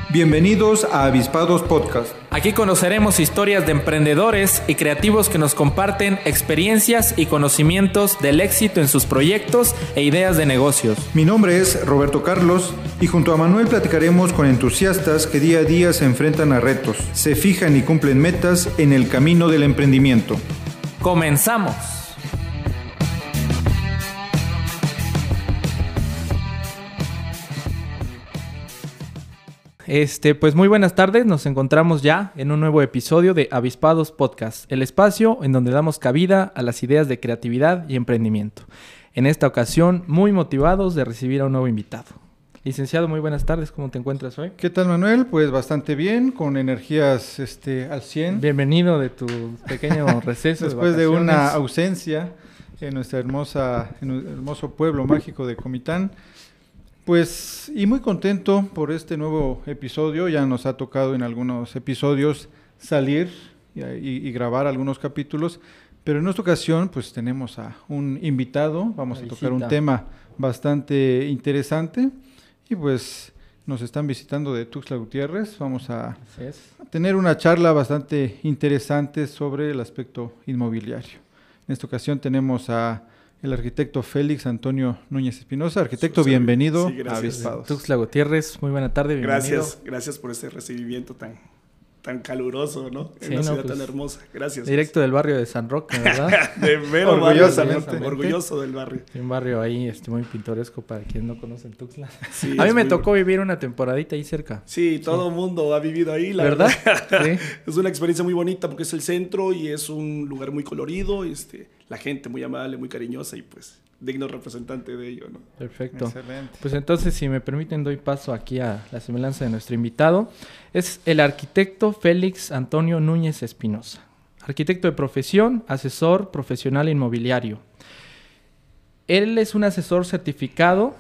Bienvenidos a Avispados Podcast. Aquí conoceremos historias de emprendedores y creativos que nos comparten experiencias y conocimientos del éxito en sus proyectos e ideas de negocios. Mi nombre es Roberto Carlos y junto a Manuel platicaremos con entusiastas que día a día se enfrentan a retos, se fijan y cumplen metas en el camino del emprendimiento. ¡Comenzamos! Pues muy buenas tardes, nos encontramos ya en un nuevo episodio de Avispados Podcast, el espacio en donde damos cabida a las ideas de creatividad y emprendimiento. En esta ocasión, muy motivados de recibir a un nuevo invitado. Licenciado, muy buenas tardes, ¿cómo te encuentras hoy? ¿Qué tal, Manuel? Pues bastante bien, con energías al 100. Bienvenido de tu pequeño receso. Después de una ausencia en nuestra en el hermoso pueblo mágico de Comitán. Pues, y muy contento por este nuevo episodio. Ya nos ha tocado en algunos episodios salir y grabar algunos capítulos, pero en esta ocasión pues tenemos a un invitado. Vamos a tocar un tema bastante interesante y pues nos están visitando de Tuxtla Gutiérrez. Vamos a tener una charla bastante interesante sobre el aspecto inmobiliario. En esta ocasión tenemos a el arquitecto Félix Antonio Núñez Espinosa. Arquitecto, bienvenido a Avispados. Tuxtla Gutiérrez, muy buena tarde, bienvenido. Gracias por este recibimiento tan caluroso, ¿no? Sí, en una ciudad pues, tan hermosa. Gracias. Directo del barrio de San Roque, ¿verdad? De mero orgulloso del barrio. Un barrio ahí muy pintoresco para quienes no conocen Tuxtla. Sí, a mí me tocó vivir una temporadita ahí cerca. Sí, todo el mundo ha vivido ahí, la ¿verdad? verdad. Sí. Es una experiencia muy bonita porque es el centro y es un lugar muy colorido, la gente muy amable, muy cariñosa y pues digno representante de ello, ¿no? Perfecto. Excelente. Pues entonces, si me permiten, doy paso aquí a la semblanza de nuestro invitado. Es el arquitecto Félix Antonio Núñez Espinosa. Arquitecto de profesión, asesor profesional inmobiliario. Él es un asesor certificado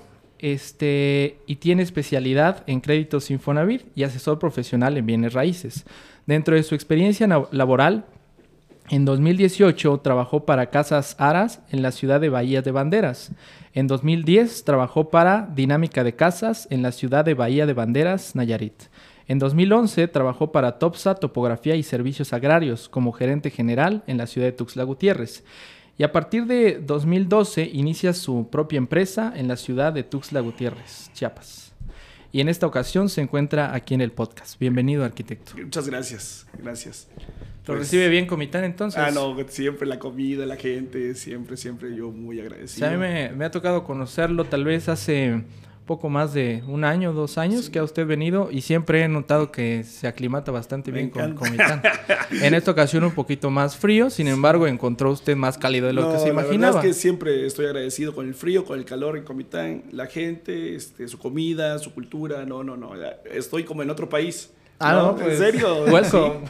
y tiene especialidad en créditos Infonavit y asesor profesional en bienes raíces. Dentro de su experiencia laboral, en 2018 trabajó para Casas Aras en la ciudad de Bahía de Banderas. En 2010 trabajó para Dinámica de Casas en la ciudad de Bahía de Banderas, Nayarit. En 2011 trabajó para Topsa Topografía y Servicios Agrarios como gerente general en la ciudad de Tuxtla Gutiérrez. Y a partir de 2012 inicia su propia empresa en la ciudad de Tuxtla Gutiérrez, Chiapas. Y en esta ocasión se encuentra aquí en el podcast. Bienvenido, arquitecto. Muchas gracias. ¿Lo recibe bien Comitán entonces? No, siempre la comida, la gente, siempre yo muy agradecido. O sea, a mí me ha tocado conocerlo tal vez hace poco más de 1 año, 2 años sí, que ha usted venido y siempre he notado que se aclimata bastante bien con Comitán. En esta ocasión un poquito más frío, sin embargo encontró usted más cálido de lo que se imaginaba. La verdad es que siempre estoy agradecido con el frío, con el calor en Comitán, la gente, su comida, su cultura, no, estoy como en otro país. No, pues, ¿en serio? Welcome.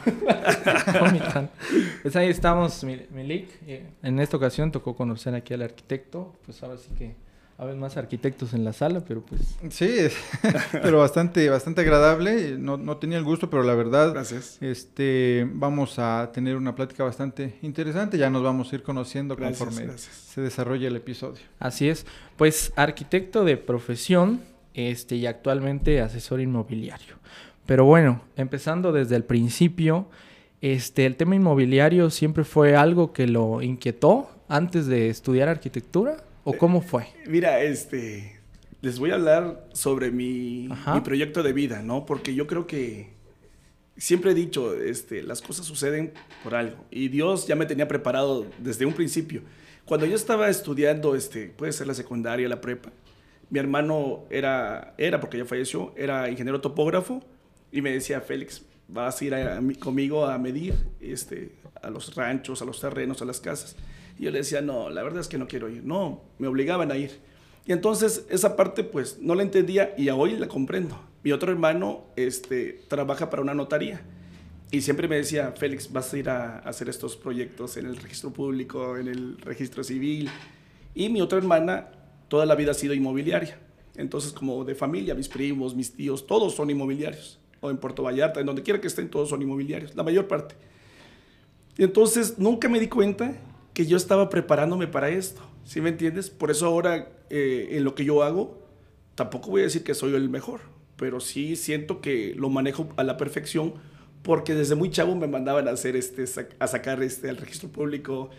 Pues ahí estamos, Milik. En esta ocasión tocó conocer aquí al arquitecto. Pues ahora sí que a ver más arquitectos en la sala, pero pues... Sí, pero bastante agradable. No tenía el gusto, pero la verdad... Gracias. Vamos a tener una plática bastante interesante. Ya nos vamos a ir conociendo conforme se desarrolle el episodio. Así es. Pues arquitecto de profesión y actualmente asesor inmobiliario. Pero bueno, empezando desde el principio, el tema inmobiliario siempre fue algo que lo inquietó antes de estudiar arquitectura, ¿o cómo fue? Mira, les voy a hablar sobre mi proyecto de vida, ¿no? Porque yo creo que siempre he dicho, las cosas suceden por algo y Dios ya me tenía preparado desde un principio. Cuando yo estaba estudiando, puede ser la secundaria, la prepa, mi hermano era porque ya falleció, era ingeniero topógrafo. Y me decía, Félix, vas a ir conmigo a medir a los ranchos, a los terrenos, a las casas. Y yo le decía, no, la verdad es que no quiero ir. No, me obligaban a ir. Y entonces esa parte pues no la entendía y hoy la comprendo. Mi otro hermano trabaja para una notaría. Y siempre me decía, Félix, vas a ir a hacer estos proyectos en el registro público, en el registro civil. Y mi otra hermana toda la vida ha sido inmobiliaria. Entonces como de familia, mis primos, mis tíos, todos son inmobiliarios. O en Puerto Vallarta, en donde quiera que estén, todos son inmobiliarios, la mayor parte. Y entonces nunca me di cuenta que yo estaba preparándome para esto, ¿sí me entiendes? Por eso ahora en lo que yo hago, tampoco voy a decir que soy el mejor, pero sí siento que lo manejo a la perfección porque desde muy chavo me mandaban a hacer a sacar al registro público,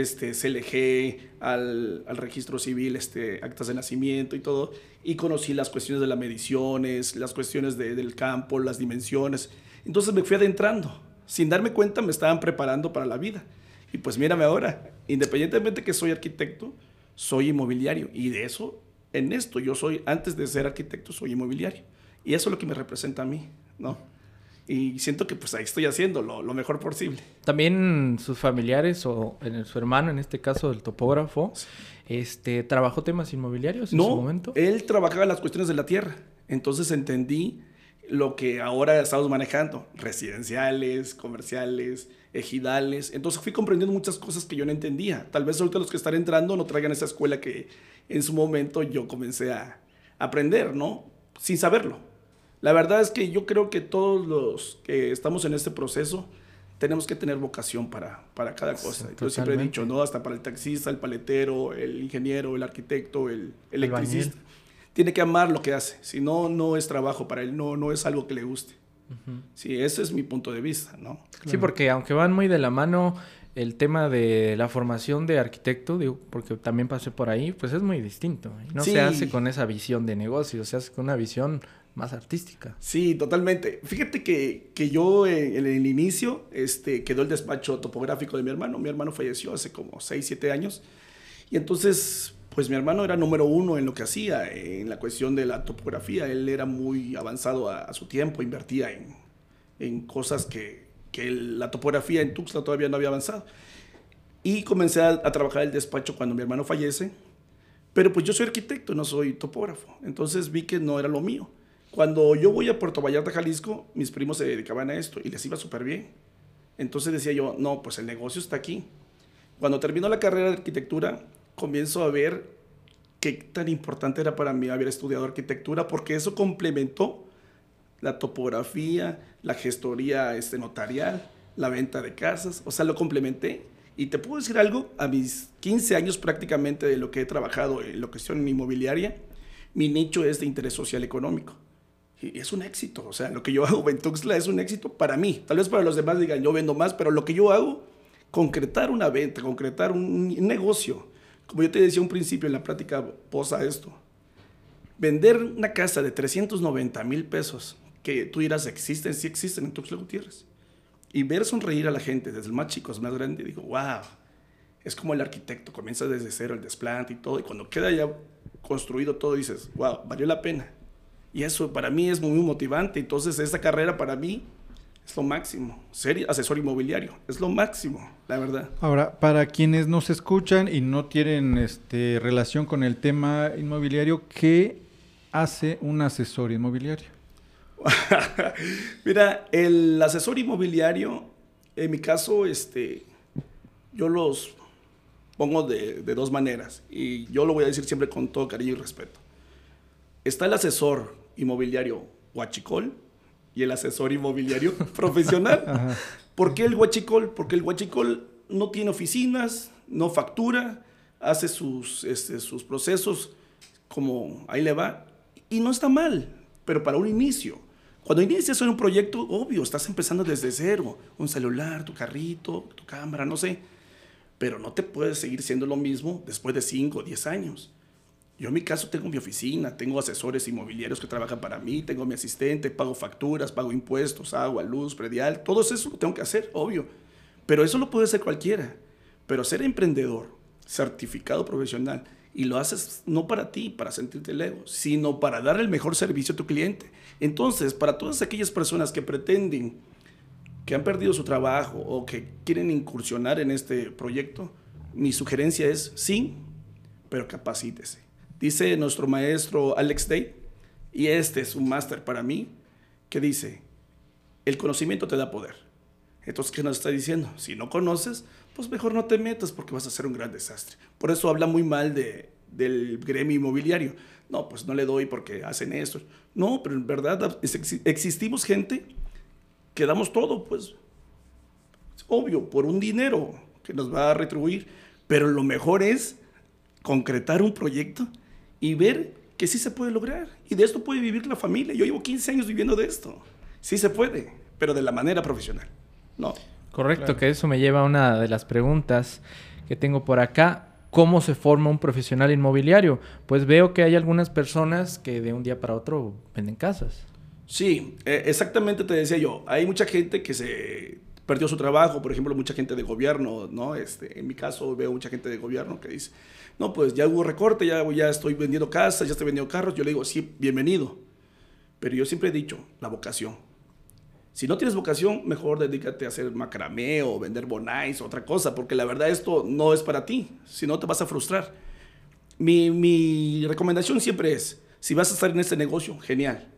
CLG, al registro civil, actas de nacimiento y todo, y conocí las cuestiones de las mediciones, las cuestiones del campo, las dimensiones. Entonces me fui adentrando. Sin darme cuenta me estaban preparando para la vida. Y pues mírame ahora, independientemente que soy arquitecto, soy inmobiliario. Y de eso, en esto, yo soy, antes de ser arquitecto, soy inmobiliario. Y eso es lo que me representa a mí, ¿no? Y siento que pues ahí estoy haciendo lo mejor posible. También sus familiares o su hermano, en este caso el topógrafo, ¿trabajó temas inmobiliarios en su momento? No, él trabajaba las cuestiones de la tierra. Entonces entendí lo que ahora estamos manejando, residenciales, comerciales, ejidales. Entonces fui comprendiendo muchas cosas que yo no entendía. Tal vez ahorita los que están entrando no traigan esa escuela que en su momento yo comencé a aprender, ¿no? Sin saberlo. La verdad es que yo creo que todos los que estamos en este proceso tenemos que tener vocación para cada cosa. Yo siempre he dicho, ¿no? Hasta para el taxista, el paletero, el ingeniero, el arquitecto, el electricista. Tiene que amar lo que hace. Si no, no es trabajo para él, no es algo que le guste. Uh-huh. Sí, ese es mi punto de vista, ¿no? Claro. Sí, porque aunque van muy de la mano, el tema de la formación de arquitecto, digo, porque también pasé por ahí, pues es muy distinto. No se hace con esa visión de negocio, se hace con una visión más artística. Sí, totalmente. Fíjate que yo en el inicio quedó el despacho topográfico de mi hermano. Mi hermano falleció hace como 6, 7 años. Y entonces, pues mi hermano era número 1 en lo que hacía, en la cuestión de la topografía. Él era muy avanzado a su tiempo, invertía en cosas que la topografía en Tuxtla todavía no había avanzado. Y comencé a trabajar el despacho cuando mi hermano fallece. Pero pues yo soy arquitecto, no soy topógrafo. Entonces vi que no era lo mío. Cuando yo voy a Puerto Vallarta, Jalisco, mis primos se dedicaban a esto y les iba súper bien. Entonces decía yo, no, pues el negocio está aquí. Cuando termino la carrera de arquitectura, comienzo a ver qué tan importante era para mí haber estudiado arquitectura, porque eso complementó la topografía, la gestoría notarial, la venta de casas, o sea, lo complementé. Y te puedo decir algo, a mis 15 años prácticamente de lo que he trabajado en la cuestión inmobiliaria, mi nicho es de interés social económico. Y es un éxito, o sea, lo que yo hago en Tuxtla es un éxito para mí. Tal vez para los demás digan, yo vendo más, pero lo que yo hago, concretar una venta, concretar un negocio. Como yo te decía un principio en la plática posa esto, vender una casa de 390,000 pesos, que tú dirás, existen, sí existen en Tuxtla Gutiérrez, y ver sonreír a la gente, desde el más chico al más grande, digo, wow, es como el arquitecto, comienza desde cero, el desplante y todo, y cuando queda ya construido todo, dices, wow, valió la pena. Y eso para mí es muy motivante. Entonces esta carrera para mí es lo máximo. Ser asesor inmobiliario es lo máximo, la verdad. Ahora, para quienes nos escuchan y no tienen relación con el tema inmobiliario, ¿qué hace un asesor inmobiliario? Mira, el asesor inmobiliario, en mi caso, yo los pongo de dos maneras. Y yo lo voy a decir siempre con todo cariño y respeto. Está el asesor inmobiliario huachicol y el asesor inmobiliario profesional. Ajá. ¿Por qué el huachicol? Porque el huachicol no tiene oficinas, no factura, hace sus procesos como ahí le va. Y no está mal, pero para un inicio. Cuando inicias en un proyecto, obvio, estás empezando desde cero. Un celular, tu carrito, tu cámara, no sé. Pero no te puedes seguir siendo lo mismo después de 5 o 10 años. Yo en mi caso tengo mi oficina, tengo asesores inmobiliarios que trabajan para mí, tengo mi asistente, pago facturas, pago impuestos, agua, luz, predial, todo eso lo tengo que hacer, obvio. Pero eso lo puede hacer cualquiera. Pero ser emprendedor, certificado profesional, y lo haces no para ti, para sentirte el ego, sino para dar el mejor servicio a tu cliente. Entonces, para todas aquellas personas que pretenden, que han perdido su trabajo o que quieren incursionar en este proyecto, mi sugerencia es sí, pero capacítese. Dice nuestro maestro Alex Day, y este es un máster para mí, que dice, el conocimiento te da poder. Entonces, ¿qué nos está diciendo? Si no conoces, pues mejor no te metas porque vas a hacer un gran desastre. Por eso habla muy mal del gremio inmobiliario. No, pues no le doy porque hacen esto. No, pero en verdad existimos gente que damos todo, pues, obvio, por un dinero que nos va a retribuir. Pero lo mejor es concretar un proyecto y ver que sí se puede lograr. Y de esto puede vivir la familia. Yo llevo 15 años viviendo de esto. Sí se puede, pero de la manera profesional, ¿no? Correcto, Claro. que eso me lleva a una de las preguntas que tengo por acá. ¿Cómo se forma un profesional inmobiliario? Pues veo que hay algunas personas que de un día para otro venden casas. Sí, exactamente te decía yo. Hay mucha gente que se perdió su trabajo, por ejemplo, mucha gente de gobierno, ¿no? En mi caso veo mucha gente de gobierno que dice, no, pues ya hubo recorte, ya estoy vendiendo casas, ya estoy vendiendo carros. Yo le digo, sí, bienvenido. Pero yo siempre he dicho, la vocación. Si no tienes vocación, mejor dedícate a hacer macramé o vender bonais o otra cosa, porque la verdad esto no es para ti, si no te vas a frustrar. Mi recomendación siempre es, si vas a estar en este negocio, genial,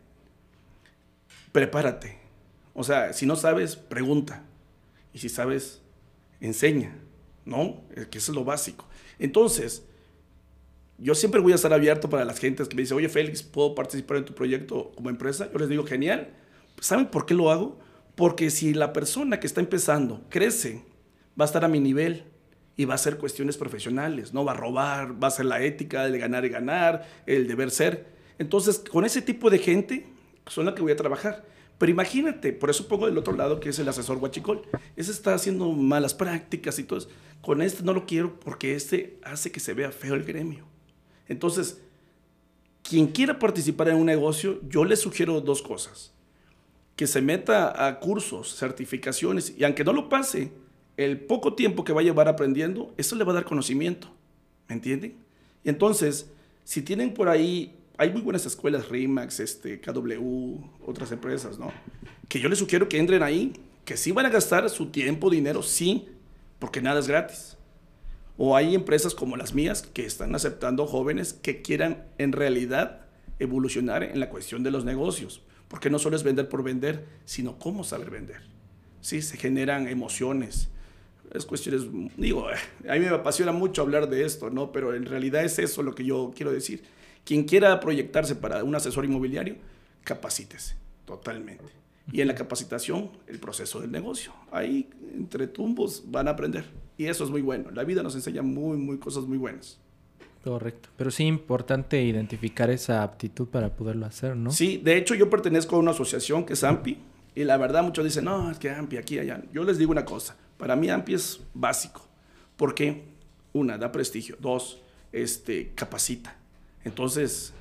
prepárate. O sea, si no sabes, pregunta. Y si sabes, enseña, ¿no? Que eso es lo básico. Entonces, yo siempre voy a estar abierto para las gentes que me dicen, oye, Félix, ¿puedo participar en tu proyecto como empresa? Yo les digo, genial. ¿Saben por qué lo hago? Porque si la persona que está empezando crece, va a estar a mi nivel y va a hacer cuestiones profesionales, no va a robar, va a hacer la ética, el de ganar y ganar, el deber ser. Entonces, con ese tipo de gente son la que voy a trabajar. Pero imagínate, por eso pongo del otro lado que es el asesor huachicol. Ese está haciendo malas prácticas y todo eso. Con este no lo quiero porque este hace que se vea feo el gremio. Entonces, quien quiera participar en un negocio, yo le sugiero dos cosas. Que se meta a cursos, certificaciones, y aunque no lo pase, el poco tiempo que va a llevar aprendiendo, eso le va a dar conocimiento, ¿me entienden? Y entonces, si tienen por ahí, hay muy buenas escuelas, RIMAX, KW, otras empresas, ¿no? Que yo les sugiero que entren ahí, que sí van a gastar su tiempo, dinero, sí, porque nada es gratis. O hay empresas como las mías que están aceptando jóvenes que quieran en realidad evolucionar en la cuestión de los negocios. Porque no solo es vender por vender, sino cómo saber vender. Sí, se generan emociones. Es cuestiones, digo, a mí me apasiona mucho hablar de esto, ¿no? Pero en realidad es eso lo que yo quiero decir. Quien quiera proyectarse para un asesor inmobiliario, capacítese totalmente. Y en la capacitación, el proceso del negocio. Ahí, entre tumbos, van a aprender. Y eso es muy bueno. La vida nos enseña cosas muy buenas. Correcto. Pero sí importante identificar esa aptitud para poderlo hacer, ¿no? Sí, de hecho yo pertenezco a una asociación que es AMPI y la verdad muchos dicen, no, es que AMPI aquí, allá. Yo les digo una cosa, para mí AMPI es básico, porque una, da prestigio, dos, capacita. Entonces,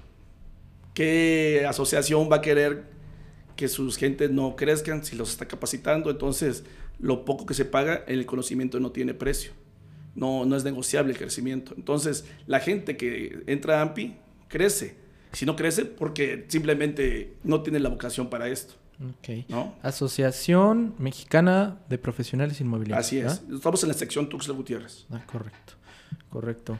¿qué asociación va a querer que sus gentes no crezcan si los está capacitando? Entonces, lo poco que se paga, el conocimiento no tiene precio. No es negociable el crecimiento. Entonces, la gente que entra a AMPI crece. Si no crece, porque simplemente no tiene la vocación para esto. Ok. ¿No? Asociación Mexicana de Profesionales Inmobiliarios. Así es. Estamos en la sección Tuxtla Gutiérrez. Correcto. Correcto.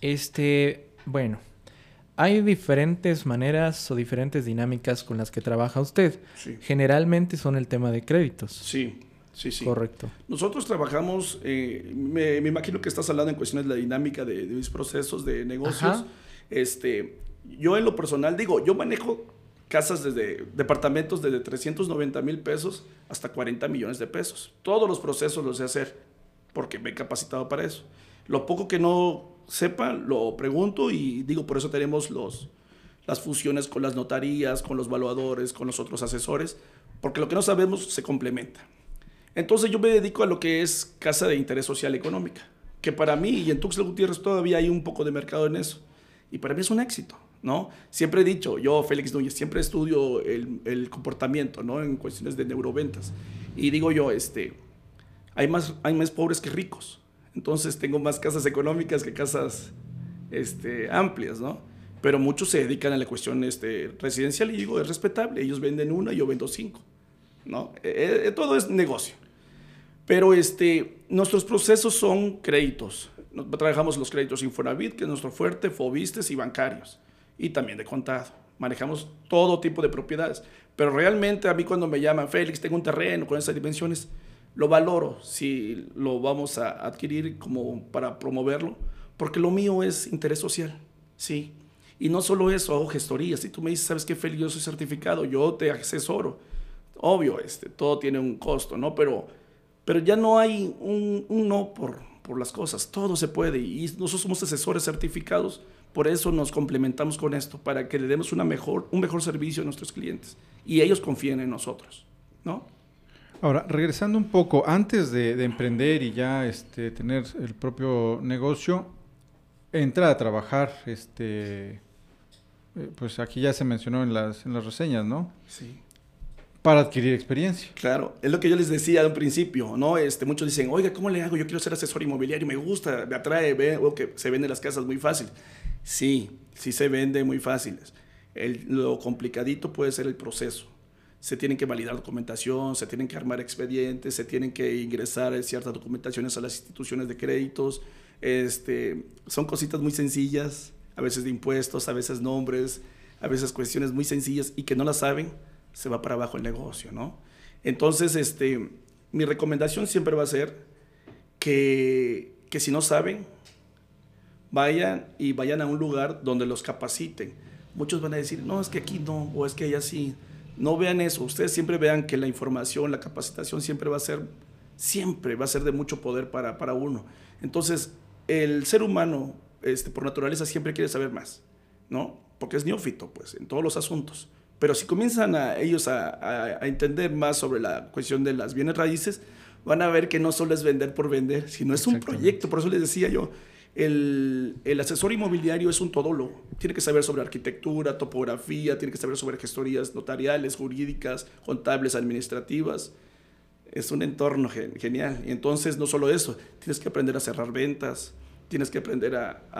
Bueno, hay diferentes maneras o diferentes dinámicas con las que trabaja usted. Sí. Generalmente son el tema de créditos. Sí. Sí. Correcto. Nosotros trabajamos, me imagino que estás hablando en cuestiones de la dinámica de mis procesos de negocios. Ajá. Yo en lo personal digo, yo manejo casas desde departamentos desde 390,000 pesos hasta 40 millones de pesos. Todos los procesos los sé hacer porque me he capacitado para eso. Lo poco que no sepa, lo pregunto y digo, por eso tenemos las fusiones con las notarías, con los valuadores, con los otros asesores, porque lo que no sabemos se complementa. Entonces yo me dedico a lo que es casa de interés social económica, que para mí y en Tuxtla Gutiérrez todavía hay un poco de mercado en eso. Y para mí es un éxito, ¿no? Siempre he dicho, yo, Félix Núñez, siempre estudio el comportamiento, ¿no? En cuestiones de neuroventas. Y digo yo, hay más pobres que ricos. Entonces tengo más casas económicas que casas amplias, ¿no? Pero muchos se dedican a la cuestión residencial y digo, es respetable. Ellos venden una, yo vendo 5. ¿No? Todo es negocio. Pero nuestros procesos son créditos. Trabajamos los créditos Infonavit, que es nuestro fuerte, Fobistes y bancarios. Y también de contado. Manejamos todo tipo de propiedades. Pero realmente a mí cuando me llaman, Félix, tengo un terreno con esas dimensiones, lo valoro si lo vamos a adquirir como para promoverlo, porque lo mío es interés social, ¿sí? Y no solo eso, hago gestorías. Si tú me dices, ¿sabes qué, Félix? Yo soy certificado, yo te asesoro. Obvio, todo tiene un costo, ¿no? Pero ya no hay un no por las cosas. Todo se puede. Y nosotros somos asesores certificados Por eso nos complementamos con esto, para que le demos un mejor servicio a nuestros clientes y ellos confíen en nosotros, ¿no? Ahora, regresando un poco, antes de emprender y ya tener el propio negocio, entrar a trabajar, pues aquí ya se mencionó en las reseñas, ¿no? Sí. Para adquirir experiencia. Claro, es lo que yo les decía al principio, ¿no? Muchos dicen, oiga, ¿cómo le hago? Yo quiero ser asesor inmobiliario, me gusta, me atrae, veo que se venden las casas muy fácil. Sí se vende muy fáciles. Lo complicadito puede ser el proceso. Se tienen que validar documentación, se tienen que armar expedientes, se tienen que ingresar ciertas documentaciones a las instituciones de créditos. Son cositas muy sencillas, a veces de impuestos, a veces nombres, a veces cuestiones muy sencillas y que no las saben, se va para abajo el negocio, ¿no? Entonces, mi recomendación siempre va a ser que si no saben, vayan a un lugar donde los capaciten. Muchos van a decir, no, es que aquí no, o es que allá sí. No vean eso. Ustedes siempre vean que la información, la capacitación siempre va a ser de mucho poder para uno. Entonces, el ser humano, por naturaleza, siempre quiere saber más, ¿no? Porque es neófito, pues, en todos los asuntos. Pero si comienzan ellos a entender más sobre la cuestión de las bienes raíces, van a ver que no solo es vender por vender, sino es un proyecto. Por eso les decía yo, el asesor inmobiliario es un todólogo. Tiene que saber sobre arquitectura, topografía, tiene que saber sobre gestorías notariales, jurídicas, contables, administrativas. Es un entorno genial. Y entonces, no solo eso, tienes que aprender a cerrar ventas, tienes que aprender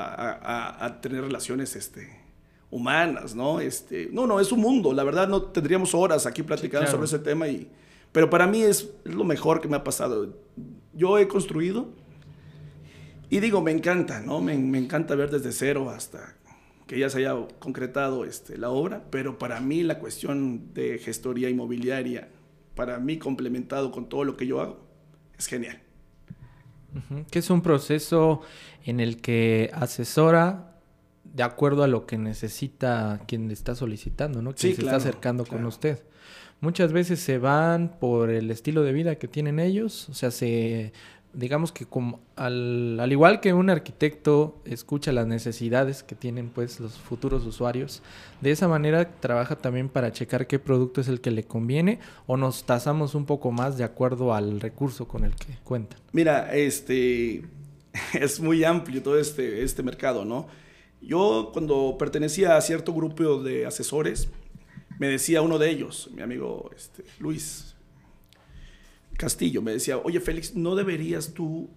a tener relaciones humanas, ¿no? No, es un mundo. La verdad, no tendríamos horas aquí platicando sobre ese tema. Pero para mí es lo mejor que me ha pasado. Yo he construido y digo, me encanta, ¿no? Me encanta ver desde cero hasta que ya se haya concretado la obra, pero para mí la cuestión de gestoría inmobiliaria, para mí complementado con todo lo que yo hago, es genial. Que es un proceso en el que asesora de acuerdo a lo que necesita quien le está solicitando, ¿no? Quien se está acercando con usted. Muchas veces se van por el estilo de vida que tienen ellos, o sea, digamos que al igual que un arquitecto escucha las necesidades que tienen pues los futuros usuarios, de esa manera trabaja también para checar qué producto es el que le conviene o nos tasamos un poco más de acuerdo al recurso con el que cuentan. Mira, es muy amplio todo este mercado, ¿no? Yo cuando pertenecía a cierto grupo de asesores, me decía uno de ellos, mi amigo Luis Castillo, me decía, oye Félix, ¿no deberías tú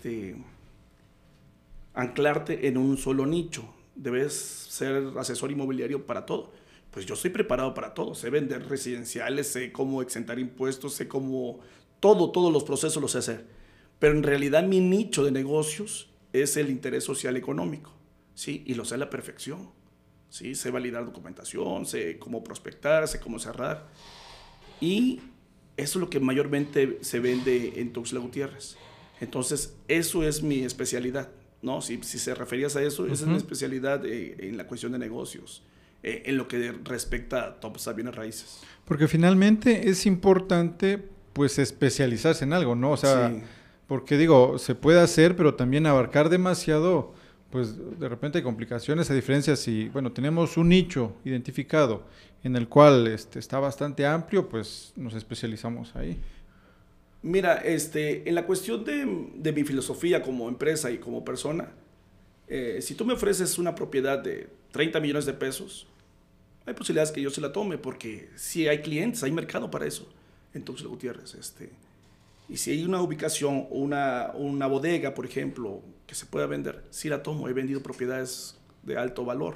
anclarte en un solo nicho? Debes ser asesor inmobiliario para todo. Pues yo estoy preparado para todo, sé vender residenciales, sé cómo exentar impuestos, sé cómo todos los procesos los sé hacer. Pero en realidad mi nicho de negocios es el interés social económico, ¿sí? Y lo sé a la perfección, ¿sí? Sé validar documentación, sé cómo prospectar, sé cómo cerrar. Y eso es lo que mayormente se vende en Tuxtla Gutiérrez. Entonces, eso es mi especialidad, ¿no? Si se referías a eso, esa es mi especialidad en la cuestión de negocios, en lo que respecta a bienes raíces. Porque finalmente es importante, pues, especializarse en algo, ¿no? O sea, sí. Porque digo, se puede hacer, pero también abarcar demasiado, pues, de repente hay complicaciones, a diferencia si, bueno, tenemos un nicho identificado en el cual está bastante amplio, pues nos especializamos ahí. Mira, en la cuestión de mi filosofía como empresa y como persona, si tú me ofreces una propiedad de 30 millones de pesos, hay posibilidades que yo se la tome, porque si hay clientes, hay mercado para eso en Tuxtla Gutiérrez. Y si hay una ubicación o una bodega, por ejemplo, que se pueda vender, sí la tomo. He vendido propiedades de alto valor.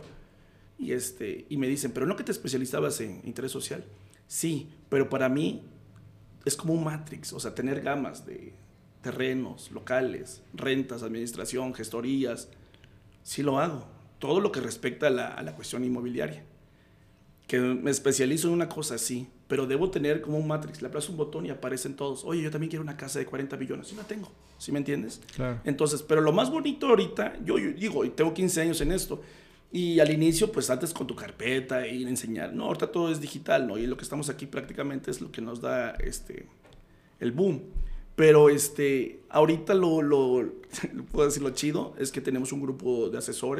Y me dicen, ¿pero no que te especializabas en interés social? Sí, pero para mí es como un matrix, o sea, tener gamas de terrenos, locales, rentas, administración, gestorías. Sí lo hago. Todo lo que respecta a la cuestión inmobiliaria. Que me especializo en una cosa, sí, pero debo tener como un matrix. Le aplazo un botón y aparecen todos. Oye, yo también quiero una casa de 40 millones. Sí la tengo, ¿sí me entiendes? Claro. Entonces, pero lo más bonito ahorita, yo digo, y tengo 15 años en esto, y al inicio, pues antes con tu carpeta y enseñar. No, ahorita todo es digital, ¿no? Y lo que estamos aquí prácticamente es lo que nos da el boom. Pero ahorita lo puedo decir, lo chido es que tenemos un grupo de asesores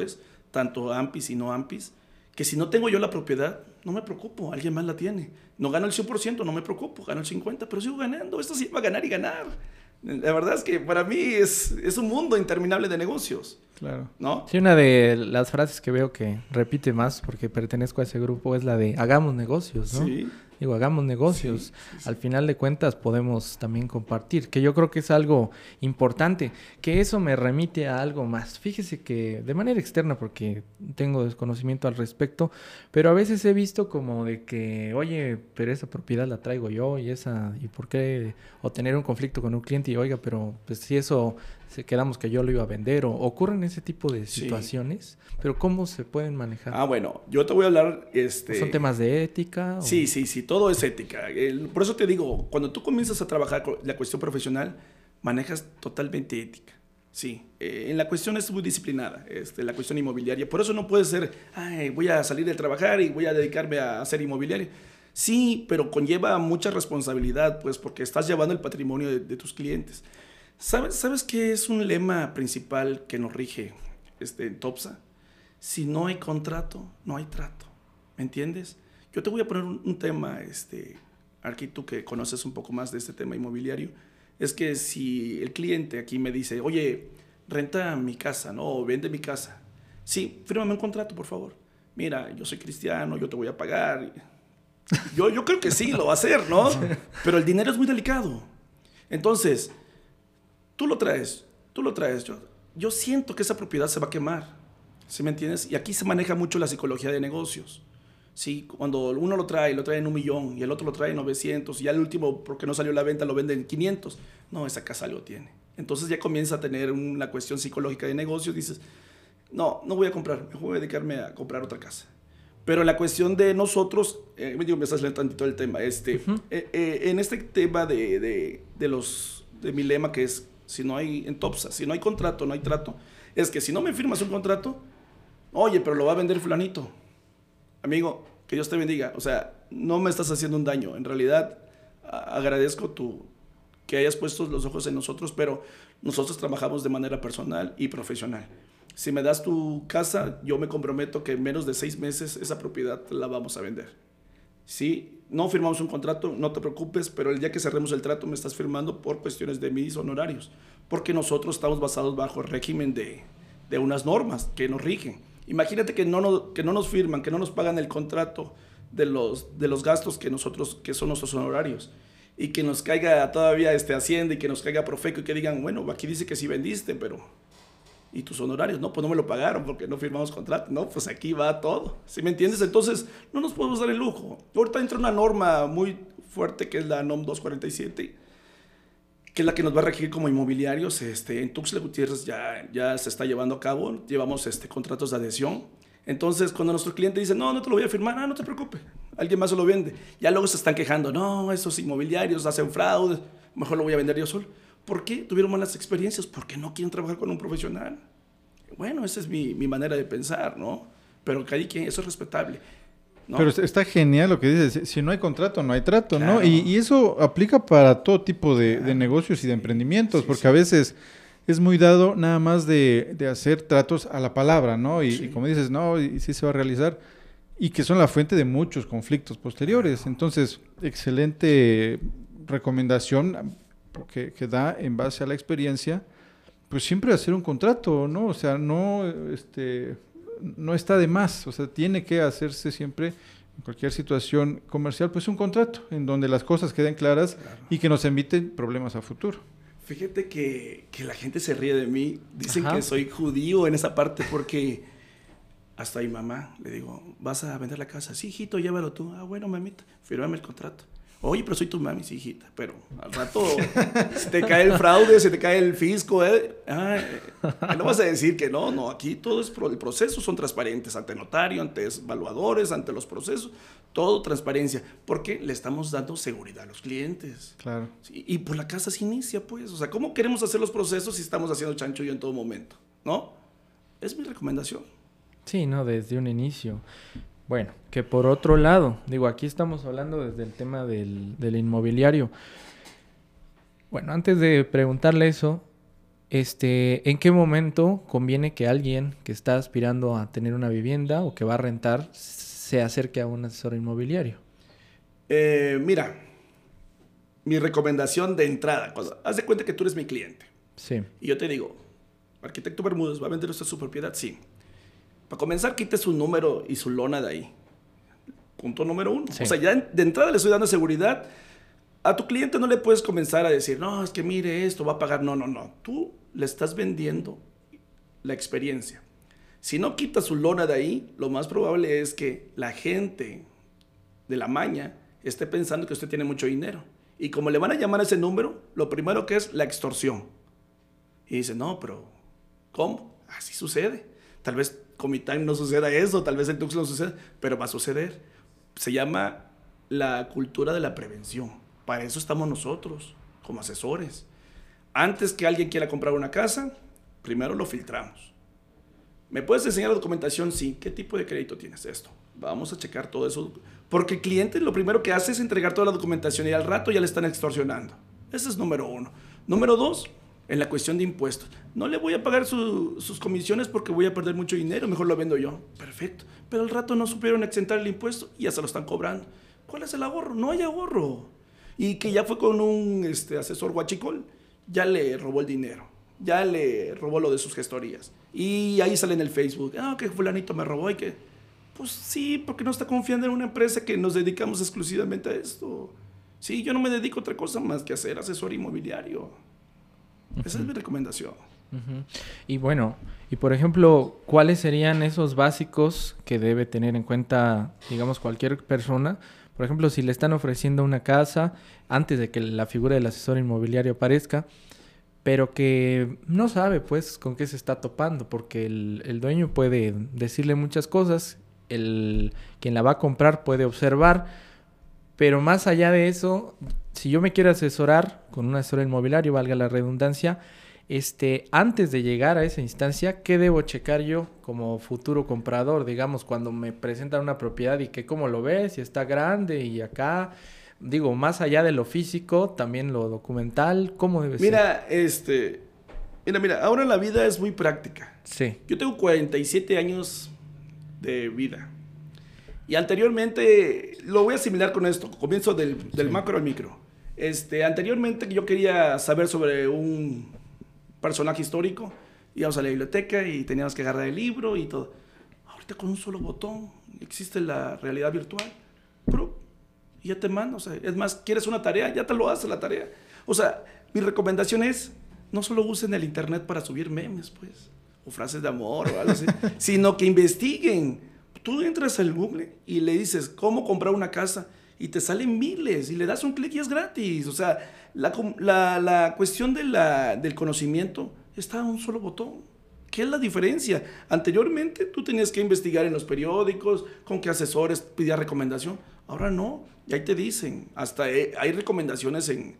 tanto AMPIs y no AMPIs, que si no tengo yo la propiedad, no me preocupo, alguien más la tiene. No gano el 100%, no me preocupo, gano el 50%, pero sigo ganando. Esto sí va a ganar y ganar. La verdad es que para mí es un mundo interminable de negocios. Claro. ¿No? Sí, una de las frases que veo que repite más, porque pertenezco a ese grupo, es la de hagamos negocios, ¿no? Sí. Digo, hagamos negocios. Sí. Al final de cuentas podemos también compartir, que yo creo que es algo importante, que eso me remite a algo más. Fíjese que de manera externa, porque tengo desconocimiento al respecto, pero a veces he visto como de que, oye, pero esa propiedad la traigo yo y ¿por qué? O tener un conflicto con un cliente y, oiga, pero pues si eso quedamos que yo lo iba a vender, o ocurren ese tipo de situaciones, pero ¿cómo se pueden manejar? Bueno, yo te voy a hablar... ¿Son temas de ética? Sí, todo es ética. Por eso te digo, cuando tú comienzas a trabajar con la cuestión profesional, manejas totalmente ética. Sí, en la cuestión es muy disciplinada, la cuestión inmobiliaria. Por eso no puede ser, voy a salir de trabajar y voy a dedicarme a hacer inmobiliario. Sí, pero conlleva mucha responsabilidad, pues, porque estás llevando el patrimonio de tus clientes. ¿Sabes qué es un lema principal que nos rige en TOPSA? Si no hay contrato, no hay trato. ¿Me entiendes? Yo te voy a poner un tema, Arqui, tú que conoces un poco más de este tema inmobiliario, es que si el cliente aquí me dice, oye, renta mi casa, ¿no? O vende mi casa. Sí, fírmame un contrato, por favor. Mira, yo soy cristiano, yo te voy a pagar. Yo creo que sí, lo va a hacer, ¿no? Pero el dinero es muy delicado. Entonces... Tú lo traes. Yo siento que esa propiedad se va a quemar, ¿sí me entiendes? Y aquí se maneja mucho la psicología de negocios, ¿sí? Cuando uno lo trae en 1 millón y el otro lo trae en 900 y ya el último, porque no salió a la venta, lo vende en 500. No, esa casa algo tiene. Entonces ya comienza a tener una cuestión psicológica de negocios. Dices, no voy a comprar, mejor voy a dedicarme a comprar otra casa. Pero la cuestión de nosotros, me estás leyendo tantito el tema, en este tema de mi lema que es, si no hay, en TOPSA, si no hay contrato, no hay trato, es que si no me firmas un contrato, oye, pero lo va a vender fulanito. Amigo, que Dios te bendiga. O sea, no me estás haciendo un daño. En realidad, agradezco que hayas puesto los ojos en nosotros, pero nosotros trabajamos de manera personal y profesional. Si me das tu casa, yo me comprometo que en menos de 6 meses esa propiedad la vamos a vender. Sí, no firmamos un contrato, no te preocupes, pero el día que cerremos el trato me estás firmando por cuestiones de mis honorarios, porque nosotros estamos basados bajo el régimen de unas normas que nos rigen. Imagínate que no nos firman, que no nos pagan el contrato de los gastos que son nuestros honorarios, y que nos caiga todavía Hacienda y que nos caiga Profeco y que digan, bueno, aquí dice que sí vendiste, pero... ¿Y tus honorarios? No, pues no me lo pagaron porque no firmamos contrato. No, pues aquí va todo. ¿Sí me entiendes? Entonces, no nos podemos dar el lujo. Ahorita entra una norma muy fuerte que es la NOM 247, que es la que nos va a regir como inmobiliarios. En Tuxtla Gutiérrez ya se está llevando a cabo. Llevamos contratos de adhesión. Entonces, cuando nuestro cliente dice, no te lo voy a firmar, no te preocupes, alguien más se lo vende. Ya luego se están quejando, no, esos inmobiliarios hacen fraude, mejor lo voy a vender yo solo. ¿Por qué tuvieron malas experiencias? Porque no quieren trabajar con un profesional. Bueno, esa es mi manera de pensar, ¿no? Pero eso es respetable, ¿no? Pero está genial lo que dices. Si no hay contrato, no hay trato, claro, ¿no? Y eso aplica para todo tipo de negocios y de emprendimientos, porque a veces es muy dado nada más de hacer tratos a la palabra, ¿no? Y como dices, no, y sí se va a realizar. Y que son la fuente de muchos conflictos posteriores. Entonces, excelente recomendación que da en base a la experiencia, pues siempre hacer un contrato, ¿no? O sea, no está de más, o sea, tiene que hacerse siempre, en cualquier situación comercial, pues un contrato, en donde las cosas queden claras, claro, y que nos eviten problemas a futuro. Fíjate que la gente se ríe de mí, dicen que soy judío en esa parte, porque hasta a mi mamá le digo, ¿vas a vender la casa? Sí, hijito, llévalo tú. Bueno, mamita, fírmame el contrato. Oye, pero soy tu mami, sí, hijita, pero al rato se te cae el fraude, se te cae el fisco, no vas a decir que no, aquí todo es el proceso, son transparentes ante notario, ante evaluadores, ante los procesos, todo transparencia, porque le estamos dando seguridad a los clientes. Claro. Sí, y por la casa se inicia, pues, o sea, ¿cómo queremos hacer los procesos si estamos haciendo chanchullo en todo momento? ¿No? Es mi recomendación. Sí, no, desde un inicio. Bueno, que por otro lado, digo, aquí estamos hablando desde el tema del inmobiliario. Bueno, antes de preguntarle eso, ¿En qué momento conviene que alguien que está aspirando a tener una vivienda o que va a rentar se acerque a un asesor inmobiliario? Mira, mi recomendación de entrada, haz de cuenta que tú eres mi cliente. Sí. Y yo te digo, arquitecto Bermúdez, ¿va a vender usted su propiedad? Sí. Para comenzar, quite su número y su lona de ahí. Punto número 1. Sí. O sea, ya de entrada le estoy dando seguridad. A tu cliente no le puedes comenzar a decir, no, es que mire esto, va a pagar. No. Tú le estás vendiendo la experiencia. Si no quita su lona de ahí, lo más probable es que la gente de la maña esté pensando que usted tiene mucho dinero. Y como le van a llamar a ese número, lo primero que es la extorsión. Y dice, no, pero ¿cómo? Así sucede. Tal vez Comitán no suceda eso, tal vez en Tuxtla no suceda, pero va a suceder. Se llama la cultura de la prevención. Para eso estamos nosotros, como asesores. Antes que alguien quiera comprar una casa, primero lo filtramos. ¿Me puedes enseñar la documentación? Sí. ¿Qué tipo de crédito tienes esto? Vamos a checar todo eso. Porque el cliente lo primero que hace es entregar toda la documentación y al rato ya le están extorsionando. Ese es número 1. Número 2, en la cuestión de impuestos. No le voy a pagar sus comisiones porque voy a perder mucho dinero, mejor lo vendo yo. Perfecto. Pero al rato no supieron exentar el impuesto y ya se lo están cobrando. ¿Cuál es el ahorro? No hay ahorro. Y que ya fue con un asesor huachicol, ya le robó el dinero. Ya le robó lo de sus gestorías. Y ahí sale en el Facebook, que fulanito me robó y que... Pues sí, porque no está confiando en una empresa que nos dedicamos exclusivamente a esto. Sí, yo no me dedico a otra cosa más que a ser asesor inmobiliario. Esa es mi recomendación. Y bueno, y por ejemplo, ¿cuáles serían esos básicos que debe tener en cuenta, digamos, cualquier persona? Por ejemplo, si le están ofreciendo una casa antes de que la figura del asesor inmobiliario aparezca, pero que no sabe, pues, con qué se está topando, porque el dueño puede decirle muchas cosas, quien la va a comprar puede observar, pero más allá de eso, si yo me quiero asesorar con un asesor inmobiliario, valga la redundancia, antes de llegar a esa instancia, ¿qué debo checar yo como futuro comprador? Digamos, cuando me presentan una propiedad y que cómo lo ves, si está grande y acá, digo, más allá de lo físico, también lo documental, ¿cómo debe ser? Mira, ahora la vida es muy práctica. Sí. Yo tengo 47 años de vida. Y anteriormente, lo voy a asimilar con esto, comienzo del macro al micro. Anteriormente yo quería saber sobre un personaje histórico, íbamos a la biblioteca y teníamos que agarrar el libro y todo. Ahorita con un solo botón existe la realidad virtual. Y ya te manda, o sea, es más, quieres una tarea, ya te lo hace la tarea. O sea, mi recomendación es, no solo usen el internet para subir memes, pues, o frases de amor o algo así, sino que investiguen. Tú entras al Google y le dices, ¿cómo comprar una casa? Y te salen miles y le das un clic y es gratis. O sea, la cuestión del conocimiento está a un solo botón. ¿Qué es la diferencia? Anteriormente tú tenías que investigar en los periódicos, con qué asesores pedías recomendación. Ahora no, y ahí te dicen, hasta hay recomendaciones en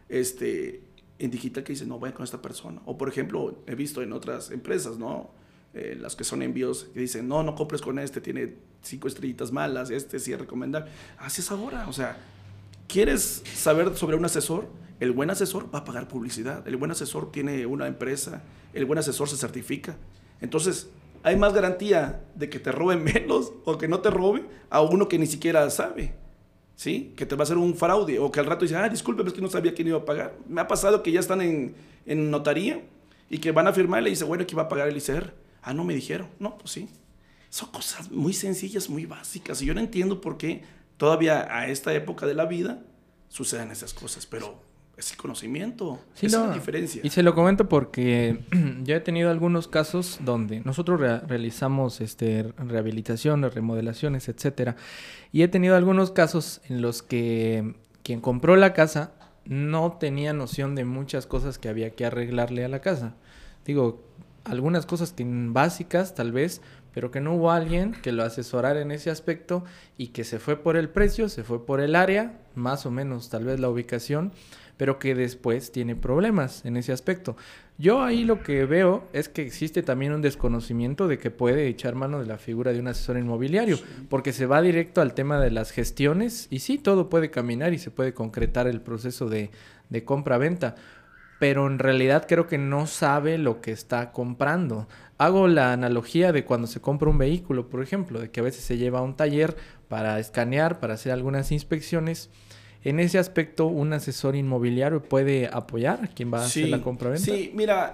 digital que dicen, no, vaya con esta persona. O por ejemplo, he visto en otras empresas, ¿no? Las que son envíos, que dicen, no compres con tiene 5 estrellitas malas, sí es recomendable. Así es ahora, o sea, ¿quieres saber sobre un asesor? El buen asesor va a pagar publicidad, el buen asesor tiene una empresa, el buen asesor se certifica. Entonces, hay más garantía de que te roben menos o que no te robe a uno que ni siquiera sabe, ¿sí? Que te va a hacer un fraude o que al rato dice, disculpe, es que no sabía quién iba a pagar. Me ha pasado que ya están en notaría y que van a firmar y le dice, bueno, ¿quién va a pagar el ICR? No me dijeron. No, pues sí. Son cosas muy sencillas, muy básicas. Y yo no entiendo por qué todavía a esta época de la vida suceden esas cosas. Pero es el conocimiento. Sí, esa es la diferencia. Y se lo comento porque yo he tenido algunos casos donde nosotros realizamos rehabilitaciones, remodelaciones, etcétera. Y he tenido algunos casos en los que quien compró la casa no tenía noción de muchas cosas que había que arreglarle a la casa. Digo, algunas cosas básicas tal vez, pero que no hubo alguien que lo asesorara en ese aspecto y que se fue por el precio, se fue por el área, más o menos tal vez la ubicación, pero que después tiene problemas en ese aspecto. Yo ahí lo que veo es que existe también un desconocimiento de que puede echar mano de la figura de un asesor inmobiliario, porque se va directo al tema de las gestiones y sí, todo puede caminar y se puede concretar el proceso de compra-venta. pero en realidad creo que no sabe lo que está comprando. Hago la analogía de cuando se compra un vehículo, por ejemplo, de que a veces se lleva a un taller para escanear, para hacer algunas inspecciones. En ese aspecto, un asesor inmobiliario puede apoyar a quien va a hacer la compra-venta. Sí, mira,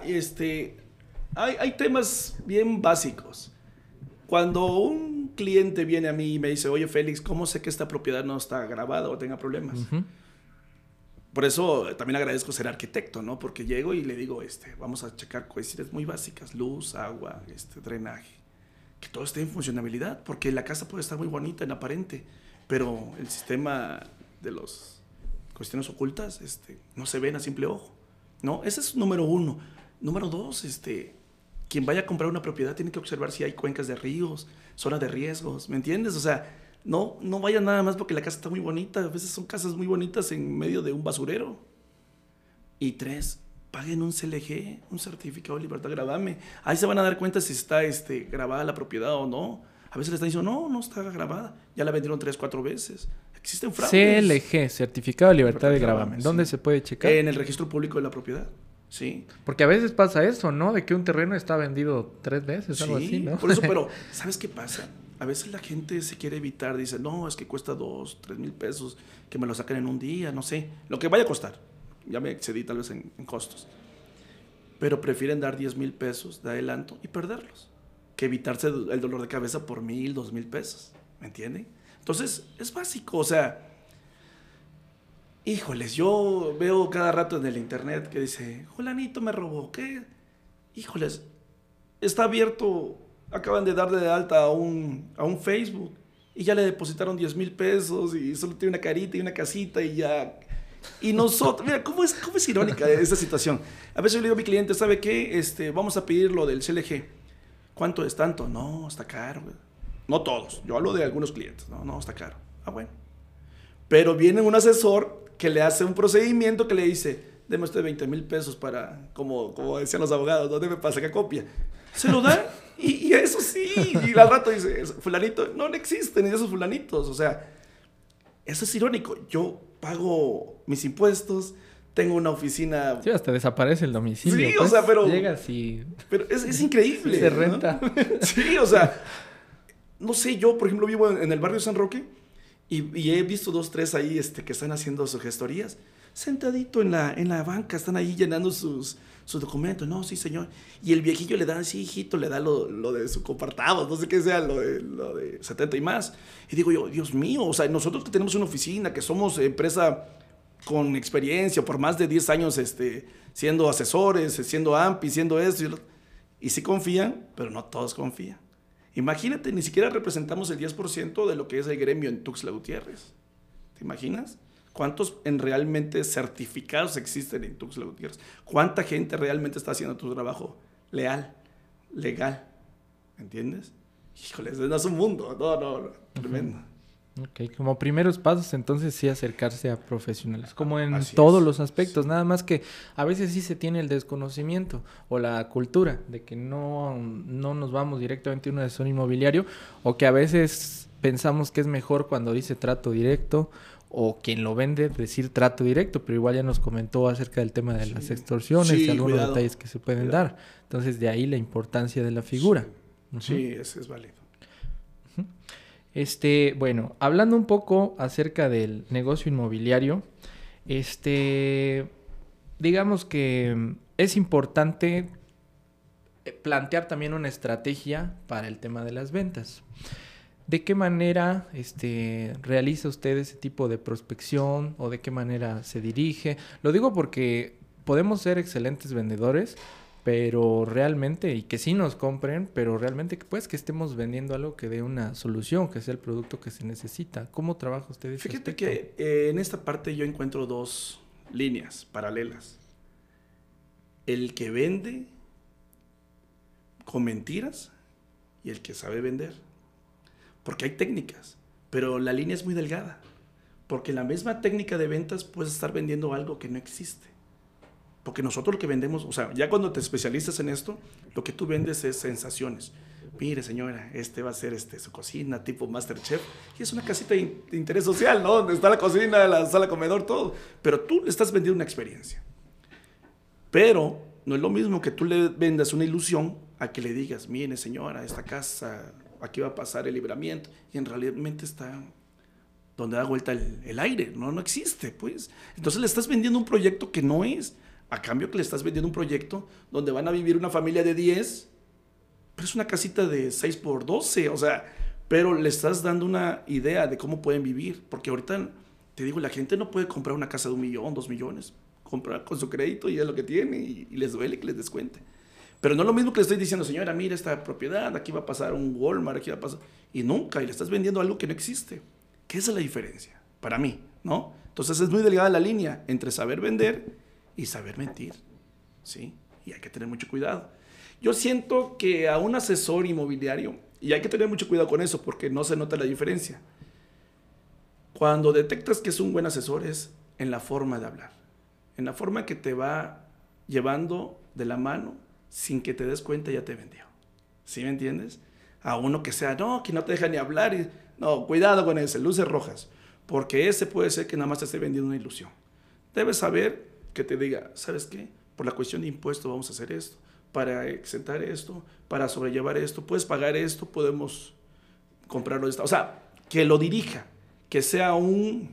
hay temas bien básicos. Cuando un cliente viene a mí y me dice, oye, Félix, ¿cómo sé que esta propiedad no está grabada o tenga problemas? Uh-huh. Por eso también agradezco ser arquitecto, ¿no? Porque llego y le digo, vamos a checar cuestiones muy básicas, luz, agua, drenaje, que todo esté en funcionalidad, porque la casa puede estar muy bonita en aparente, pero el sistema de las cuestiones ocultas no se ven a simple ojo, ¿no? Ese es número uno. Número dos, quien vaya a comprar una propiedad tiene que observar si hay cuencas de ríos, zona de riesgos, ¿me entiendes? O sea, no vaya nada más porque la casa está muy bonita. A veces son casas muy bonitas en medio de un basurero. Y 3, paguen un CLG, un certificado de libertad gravamen. Ahí se van a dar cuenta si está grabada la propiedad o no. A veces le están diciendo, no está grabada. Ya la vendieron 3, 4 veces. Existen fraudes. CLG, certificado de libertad de gravamen. ¿Dónde se puede checar? En el registro público de la propiedad. Sí. Porque a veces pasa eso, ¿no? De que un terreno está vendido 3 veces, algo así, ¿no? Por eso, pero ¿sabes qué pasa? A veces la gente se quiere evitar, dice, no, es que cuesta 2, 3 mil pesos, que me lo saquen en un día, no sé, lo que vaya a costar. Ya me excedí tal vez en costos. Pero prefieren dar 10 mil pesos de adelanto y perderlos, que evitarse el dolor de cabeza por 1,000, 2,000 pesos, ¿me entienden? Entonces, es básico, o sea, híjoles, yo veo cada rato en el internet que dice, Julanito me robó, ¿qué? Híjoles, está abierto. Acaban de darle de alta a un Facebook y ya le depositaron 10 mil pesos y solo tiene una carita y una casita y ya. Y nosotros, mira, ¿cómo es irónica esta situación? A veces yo le digo a mi cliente, ¿sabe qué? Vamos a pedir lo del CLG. ¿Cuánto es tanto? No, está caro. No todos, yo hablo de algunos clientes. No, está caro. Ah, bueno. Pero viene un asesor que le hace un procedimiento que le dice, deme usted 20 mil pesos para, como decían los abogados, ¿dónde me pasa? ¿Qué copia? Se lo da y eso sí. Y al rato dice, fulanito, no existen esos fulanitos. O sea, eso es irónico. Yo pago mis impuestos, tengo una oficina. Sí, hasta desaparece el domicilio. Sí, pues, o sea, pero. Llegas y. Pero es increíble. Se renta. ¿No? Sí, o sea. No sé, yo, por ejemplo, vivo en el barrio San Roque y he visto 2, 3 ahí que están haciendo sus gestorías. Sentadito en la banca, están ahí llenando sus documentos. No, sí, señor. Y el viejillo le da, sí, hijito, le da lo de su compartado, no sé qué sea, lo de 70 y más. Y digo yo, Dios mío, o sea, nosotros que tenemos una oficina, que somos empresa con experiencia, por más de 10 años siendo asesores, siendo AMPI, siendo esto, y sí confían, pero no todos confían. Imagínate, ni siquiera representamos el 10% de lo que es el gremio en Tuxtla Gutiérrez. ¿Te imaginas? ¿Cuántos realmente certificados existen en Tuxtla Gutiérrez? ¿Cuánta gente realmente está haciendo tu trabajo leal, legal? ¿Me entiendes? Híjoles, no es un mundo. No, tremendo. Ok, como primeros pasos, entonces sí acercarse a profesionales, como en todos los aspectos, sí. Nada más que a veces sí se tiene el desconocimiento o la cultura de que no nos vamos directamente a un asesor inmobiliario, o que a veces pensamos que es mejor cuando dice trato directo, o quien lo vende decir trato directo, pero igual ya nos comentó acerca del tema de las extorsiones y algunos detalles que se pueden dar. Entonces de ahí la importancia de la figura. Sí, es válido. Bueno, hablando un poco acerca del negocio inmobiliario, digamos que es importante plantear también una estrategia para el tema de las ventas. ¿De qué manera realiza usted ese tipo de prospección o de qué manera se dirige? Lo digo porque podemos ser excelentes vendedores, pero realmente, y que sí nos compren, pero realmente que estemos vendiendo algo que dé una solución, que sea el producto que se necesita. ¿Cómo trabaja usted ese Fíjate aspecto? Que en esta parte yo encuentro 2 líneas paralelas. El que vende con mentiras y el que sabe vender. Porque hay técnicas, pero la línea es muy delgada. Porque la misma técnica de ventas puedes estar vendiendo algo que no existe. Porque nosotros lo que vendemos, o sea, ya cuando te especializas en esto, lo que tú vendes es sensaciones. Mire, señora, va a ser su cocina tipo MasterChef. Y es una casita de interés social, ¿no? Donde está la cocina, la sala comedor, todo. Pero tú le estás vendiendo una experiencia. Pero no es lo mismo que tú le vendas una ilusión a que le digas, mire señora, esta casa, aquí va a pasar el libramiento, y en realidad está donde da vuelta el aire, no existe, pues. Entonces le estás vendiendo un proyecto que no es, a cambio que le estás vendiendo un proyecto donde van a vivir una familia de 10, pero es una casita de 6x12, o sea, pero le estás dando una idea de cómo pueden vivir, porque ahorita, te digo, la gente no puede comprar una casa de 1 millón, 2 millones, comprar con su crédito y es lo que tiene, y les duele que les descuente. Pero no es lo mismo que le estoy diciendo, señora, mira esta propiedad, aquí va a pasar un Walmart, aquí va a pasar, y le estás vendiendo algo que no existe. ¿Qué es la diferencia? Para mí, ¿no? Entonces es muy delgada la línea entre saber vender y saber mentir, ¿sí? Y hay que tener mucho cuidado. Yo siento que a un asesor inmobiliario, y hay que tener mucho cuidado con eso porque no se nota la diferencia, cuando detectas que es un buen asesor es en la forma de hablar, en la forma que te va llevando de la mano sin que te des cuenta ya te vendió, ¿sí me entiendes? A uno que sea, que no te deja ni hablar, no, cuidado con ese, luces rojas, porque ese puede ser que nada más te esté vendiendo una ilusión. Debes saber que te diga, ¿sabes qué? Por la cuestión de impuestos vamos a hacer esto, para exentar esto, para sobrellevar esto, puedes pagar esto, podemos comprarlo de esta. O sea, que lo dirija, que sea no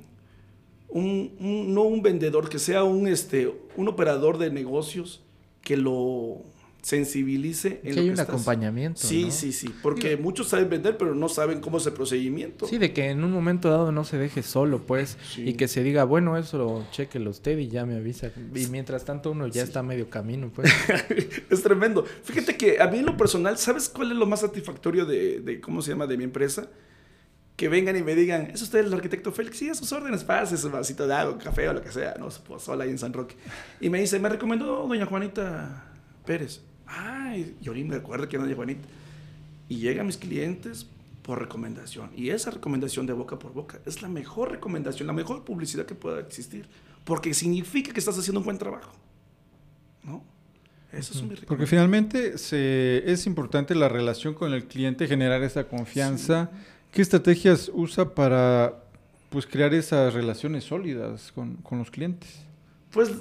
un vendedor, que sea un operador de negocios que lo sensibilice en que lo hay que un acompañamiento, Sí, ¿no? sí, porque muchos saben vender, pero no saben cómo es el procedimiento. Sí, de que en un momento dado no se deje solo, pues, Sí. y que se diga, bueno, eso chéquelo usted y ya me avisa. Y mientras tanto uno ya está a medio camino, pues. Es tremendo. Fíjate que a mí en lo personal, ¿sabes cuál es lo más satisfactorio de ¿cómo se llama? De mi empresa? Que vengan y me digan, ¿es usted el arquitecto Félix? Sí, a sus órdenes, pase su vasito de agua, café o lo que sea, ¿no? Su pozole ahí en San Roque. Y me dice, me recomendó doña Juanita Pérez. Ay, yo ni me acuerdo quién es doña Juanita. Y llegan mis clientes por recomendación. Y esa recomendación de boca por boca es la mejor recomendación, la mejor publicidad que pueda existir. Porque significa que estás haciendo un buen trabajo, ¿no? Eso es mi recomendación. Porque finalmente es importante la relación con el cliente, generar esa confianza. Sí. ¿Qué estrategias usa para crear esas relaciones sólidas con los clientes? Pues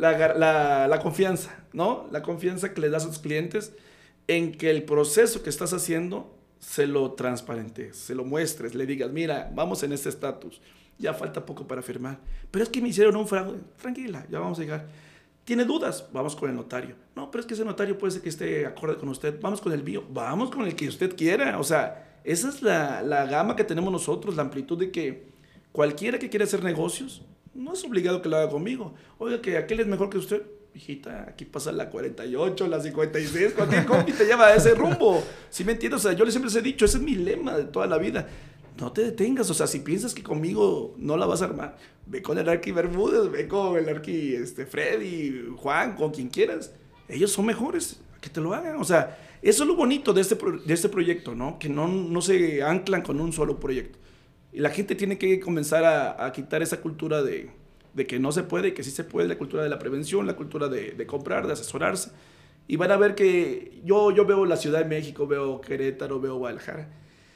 la confianza, ¿no? La confianza que le das a tus clientes en que el proceso que estás haciendo se lo transparentes, se lo muestres, le digas, mira, vamos en este estatus, ya falta poco para firmar, pero es que me hicieron un fraude, tranquila, ya vamos a llegar. ¿Tiene dudas? Vamos con el notario. No, pero es que ese notario puede ser que esté acorde con usted, vamos con el BIO, vamos con el que usted quiera, o sea, esa es la gama que tenemos nosotros, la amplitud de que cualquiera que quiera hacer negocios, no es obligado que lo haga conmigo. Oiga, que aquel es mejor que usted. Hijita, aquí pasa la 48, la 56, cualquier compi te lleva a ese rumbo. ¿Sí me entiendes? O sea, yo les siempre les he dicho, ese es mi lema de toda la vida. No te detengas, o sea, si piensas que conmigo no la vas a armar, ve con el Arqui Bermúdez, ve con el Arqui Freddy, Juan, con quien quieras. Ellos son mejores, que te lo hagan. O sea, eso es lo bonito de este proyecto, ¿no? Que no se anclan con un solo proyecto. Y la gente tiene que comenzar a quitar esa cultura de que no se puede, que sí se puede, la cultura de la prevención, la cultura de comprar, de asesorarse. Y van a ver que yo veo la Ciudad de México, veo Querétaro, veo Guadalajara.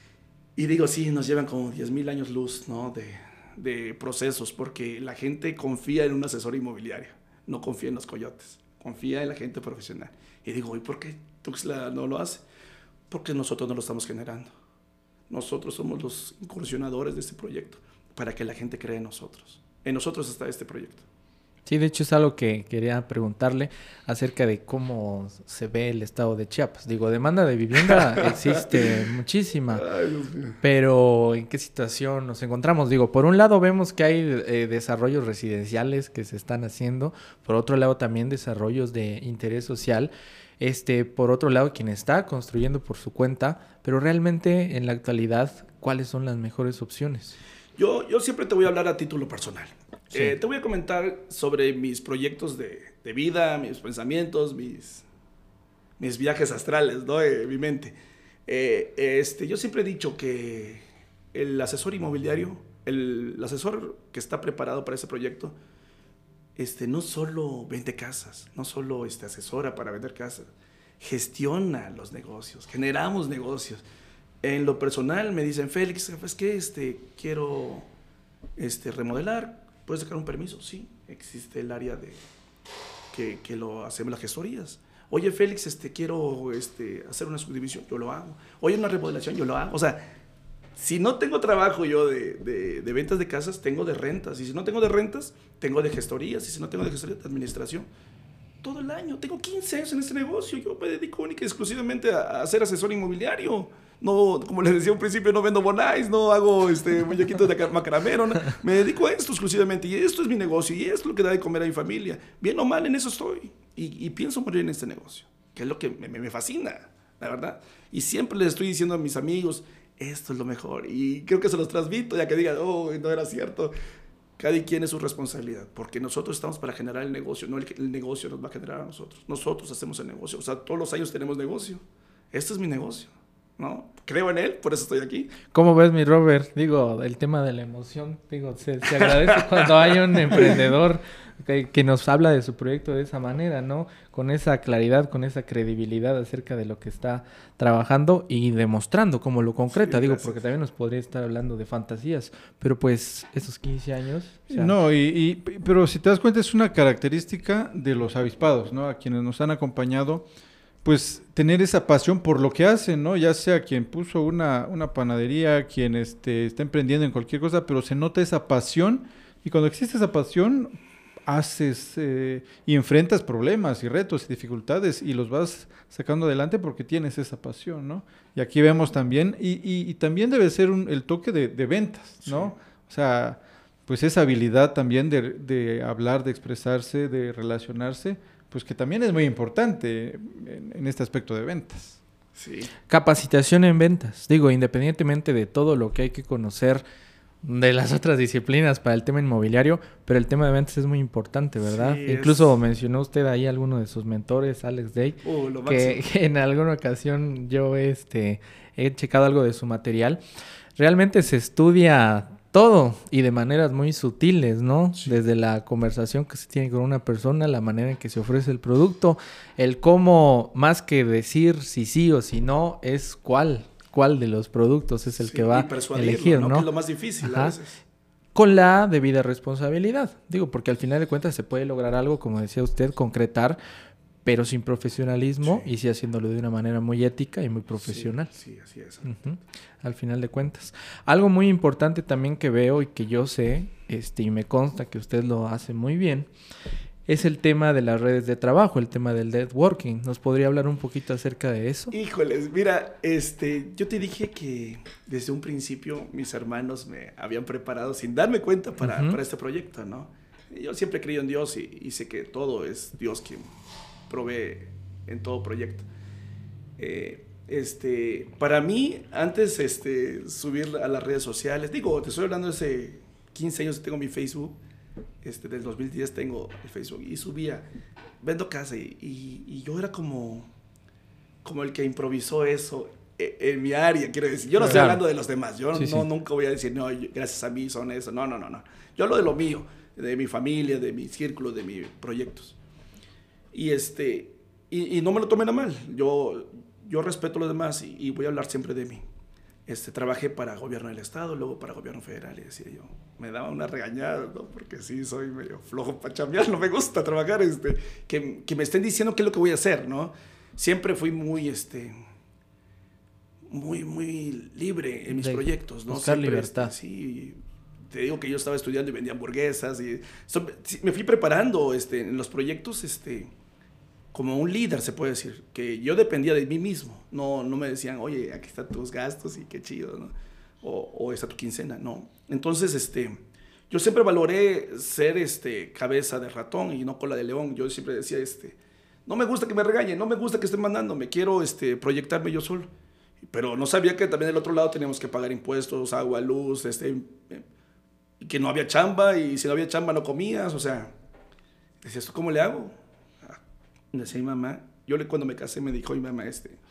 Y digo, sí, nos llevan como 10,000 años luz, ¿no? de procesos, porque la gente confía en un asesor inmobiliario, no confía en los coyotes, confía en la gente profesional. Y digo, ¿y por qué Tuxtla no lo hace? Porque nosotros no lo estamos generando. Nosotros somos los incursionadores de este proyecto, para que la gente crea en nosotros. En nosotros está este proyecto. Sí, de hecho es algo que quería preguntarle acerca de cómo se ve el estado de Chiapas. Digo, demanda de vivienda existe muchísima. Ay, Dios mío. Pero ¿en qué situación nos encontramos? Digo, por un lado vemos que hay desarrollos residenciales que se están haciendo. Por otro lado también desarrollos de interés social. Por otro lado, quien está construyendo por su cuenta. Pero realmente en la actualidad, ¿cuáles son las mejores opciones? Yo siempre te voy a hablar a título personal. Sí. Te voy a comentar sobre mis proyectos de vida, mis pensamientos, mis viajes astrales, ¿no? Mi mente. Yo siempre he dicho que el asesor inmobiliario, el asesor que está preparado para ese proyecto, no solo vende casas, no solo asesora para vender casas, gestiona los negocios, generamos negocios. En lo personal me dicen, Félix, ¿sabes qué? Quiero remodelar, ¿puedes sacar un permiso? Sí, existe el área que lo hacemos las gestorías. Oye, Félix, quiero hacer una subdivisión, yo lo hago. Oye, una remodelación, yo lo hago. O sea, si no tengo trabajo yo de ventas de casas, tengo de rentas. Y si no tengo de rentas, tengo de gestorías. Y si no tengo de gestorías, de administración. Todo el año. Tengo 15 años en este negocio. Yo me dedico única y exclusivamente a ser asesor inmobiliario. No, como les decía al principio, no vendo bonais, no hago muñequitos de macramero. No. Me dedico a esto exclusivamente. Y esto es mi negocio. Y esto es lo que da de comer a mi familia. Bien o mal, en eso estoy. Y pienso morir en este negocio. Que es lo que me fascina, la verdad. Y siempre les estoy diciendo a mis amigos, esto es lo mejor. Y creo que se los transmito, ya que digan, oh, no era cierto. Cada quien es su responsabilidad, porque nosotros estamos para generar el negocio, no el negocio nos va a generar a nosotros. Nosotros hacemos el negocio, o sea, todos los años tenemos negocio. Este es mi negocio, ¿no? Creo en él, por eso estoy aquí. ¿Cómo ves, mi Robert? Digo, el tema de la emoción, digo, se agradece cuando hay un emprendedor que nos habla de su proyecto de esa manera, ¿no? Con esa claridad, con esa credibilidad acerca de lo que está trabajando y demostrando cómo lo concreta. Sí, digo, porque también nos podría estar hablando de fantasías, pero pues esos 15 años... O sea... No, pero si te das cuenta es una característica de los avispados, ¿no? A quienes nos han acompañado, pues tener esa pasión por lo que hacen, ¿no? Ya sea quien puso una panadería, quien está emprendiendo en cualquier cosa, pero se nota esa pasión y cuando existe esa pasión... haces y enfrentas problemas y retos y dificultades y los vas sacando adelante porque tienes esa pasión, ¿no? Y aquí vemos también, y también debe ser el toque de ventas, ¿no? Sí. O sea, pues esa habilidad también de hablar, de expresarse, de relacionarse, pues que también es muy importante en este aspecto de ventas. Sí. Capacitación en ventas. Digo, independientemente de todo lo que hay que conocer de las otras disciplinas para el tema inmobiliario, pero el tema de ventas es muy importante, ¿verdad? Sí, incluso mencionó usted ahí alguno de sus mentores, Alex Day, que en alguna ocasión yo he checado algo de su material. Realmente se estudia todo y de maneras muy sutiles, ¿no? Sí. Desde la conversación que se tiene con una persona, la manera en que se ofrece el producto, el cómo, más que decir si sí o si no, es cuál de los productos es el que va a elegir, ¿no? Que es lo más difícil a veces. Con la debida responsabilidad. Digo, porque al final de cuentas se puede lograr algo, como decía usted, concretar, pero sin profesionalismo y sí haciéndolo de una manera muy ética y muy profesional. Sí, así es. Al final de cuentas. Algo muy importante también que veo y que yo sé, y me consta que usted lo hace muy bien, es el tema de las redes de trabajo, el tema del networking. ¿Nos podría hablar un poquito acerca de eso? Híjoles, mira, yo te dije que desde un principio mis hermanos me habían preparado sin darme cuenta para este proyecto, ¿no? Yo siempre he creído en Dios y sé que todo es Dios quien provee en todo proyecto. Para mí, antes subir a las redes sociales, digo, te estoy hablando de hace 15 años, tengo mi Facebook. Del 2010 tengo el Facebook y subía, vendo casa y yo era como el que improvisó eso en mi área, quiero decir. Yo no estoy hablando de los demás, yo nunca voy a decir, no, gracias a mí son eso, no. Yo hablo de lo mío, de mi familia, de mi círculo, de mis proyectos. Y no me lo tomen a mal, yo respeto a los demás y voy a hablar siempre de mí. Trabajé para gobierno del estado, luego para gobierno federal y decía yo, me daba una regañada, ¿no? Porque sí, soy medio flojo para chambear, no me gusta trabajar, que me estén diciendo qué es lo que voy a hacer, ¿no? Siempre fui muy, muy libre en mis proyectos, ¿no? Buscar siempre, libertad. Sí, te digo que yo estaba estudiando y vendía hamburguesas y me fui preparando, en los proyectos, como un líder, se puede decir, que yo dependía de mí mismo. No me decían, oye, aquí están tus gastos y qué chido, ¿no? O está tu quincena, no. Entonces, yo siempre valoré ser cabeza de ratón y no cola de león. Yo siempre decía, no me gusta que me regañen, no me gusta que estén mandándome, quiero proyectarme yo solo. Pero no sabía que también del otro lado teníamos que pagar impuestos, agua, luz, y que no había chamba, y si no había chamba no comías, o sea, decía, ¿esto cómo le hago? Decía mi mamá, cuando me casé me dijo mi mamá,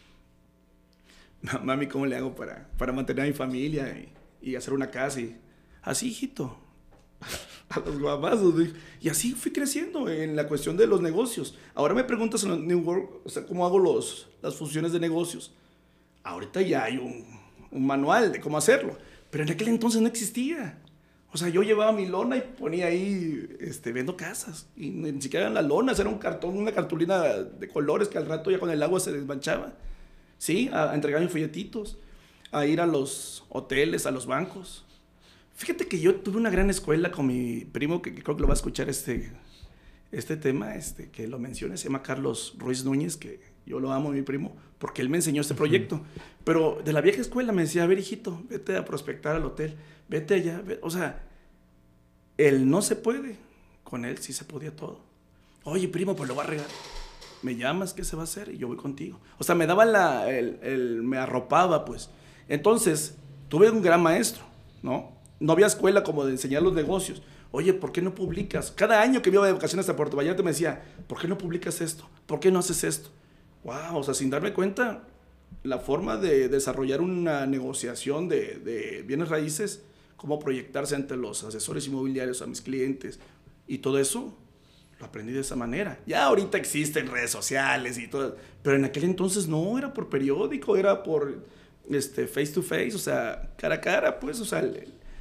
mami, ¿cómo le hago para mantener a mi familia y hacer una casa? Y así, hijito, a los guamazos. Y así fui creciendo en la cuestión de los negocios. Ahora me preguntas en New Work, o sea, ¿cómo hago las funciones de negocios? Ahorita ya hay un manual de cómo hacerlo, pero en aquel entonces no existía. O sea, yo llevaba mi lona y ponía ahí, viendo casas. Y ni siquiera eran las lonas, era un cartón, una cartulina de colores que al rato ya con el agua se desmanchaba. Sí, a entregar mis folletitos, a ir a los hoteles, a los bancos. Fíjate que yo tuve una gran escuela con mi primo, que creo que lo va a escuchar este tema, que lo menciona, se llama Carlos Ruiz Núñez, que yo lo amo, mi primo, porque él me enseñó este proyecto. Pero de la vieja escuela me decía, a ver, hijito, vete a prospectar al hotel, vete allá. O sea, él no se puede, con él sí se podía todo. Oye, primo, pues lo va a regar. Me llamas, ¿qué se va a hacer? Y yo voy contigo. O sea, me daba me arropaba, pues. Entonces, tuve un gran maestro, ¿no? No había escuela como de enseñar los negocios. Oye, ¿por qué no publicas? Cada año que iba de vacaciones a Puerto Vallarta me decía, ¿por qué no publicas esto? ¿Por qué no haces esto? Wow, o sea, sin darme cuenta, la forma de desarrollar una negociación de bienes raíces, cómo proyectarse ante los asesores inmobiliarios, a mis clientes, y todo eso, lo aprendí de esa manera. Ya ahorita existen redes sociales y todo, pero en aquel entonces no, era por periódico, era por face to face, o sea, cara a cara, pues, o sea,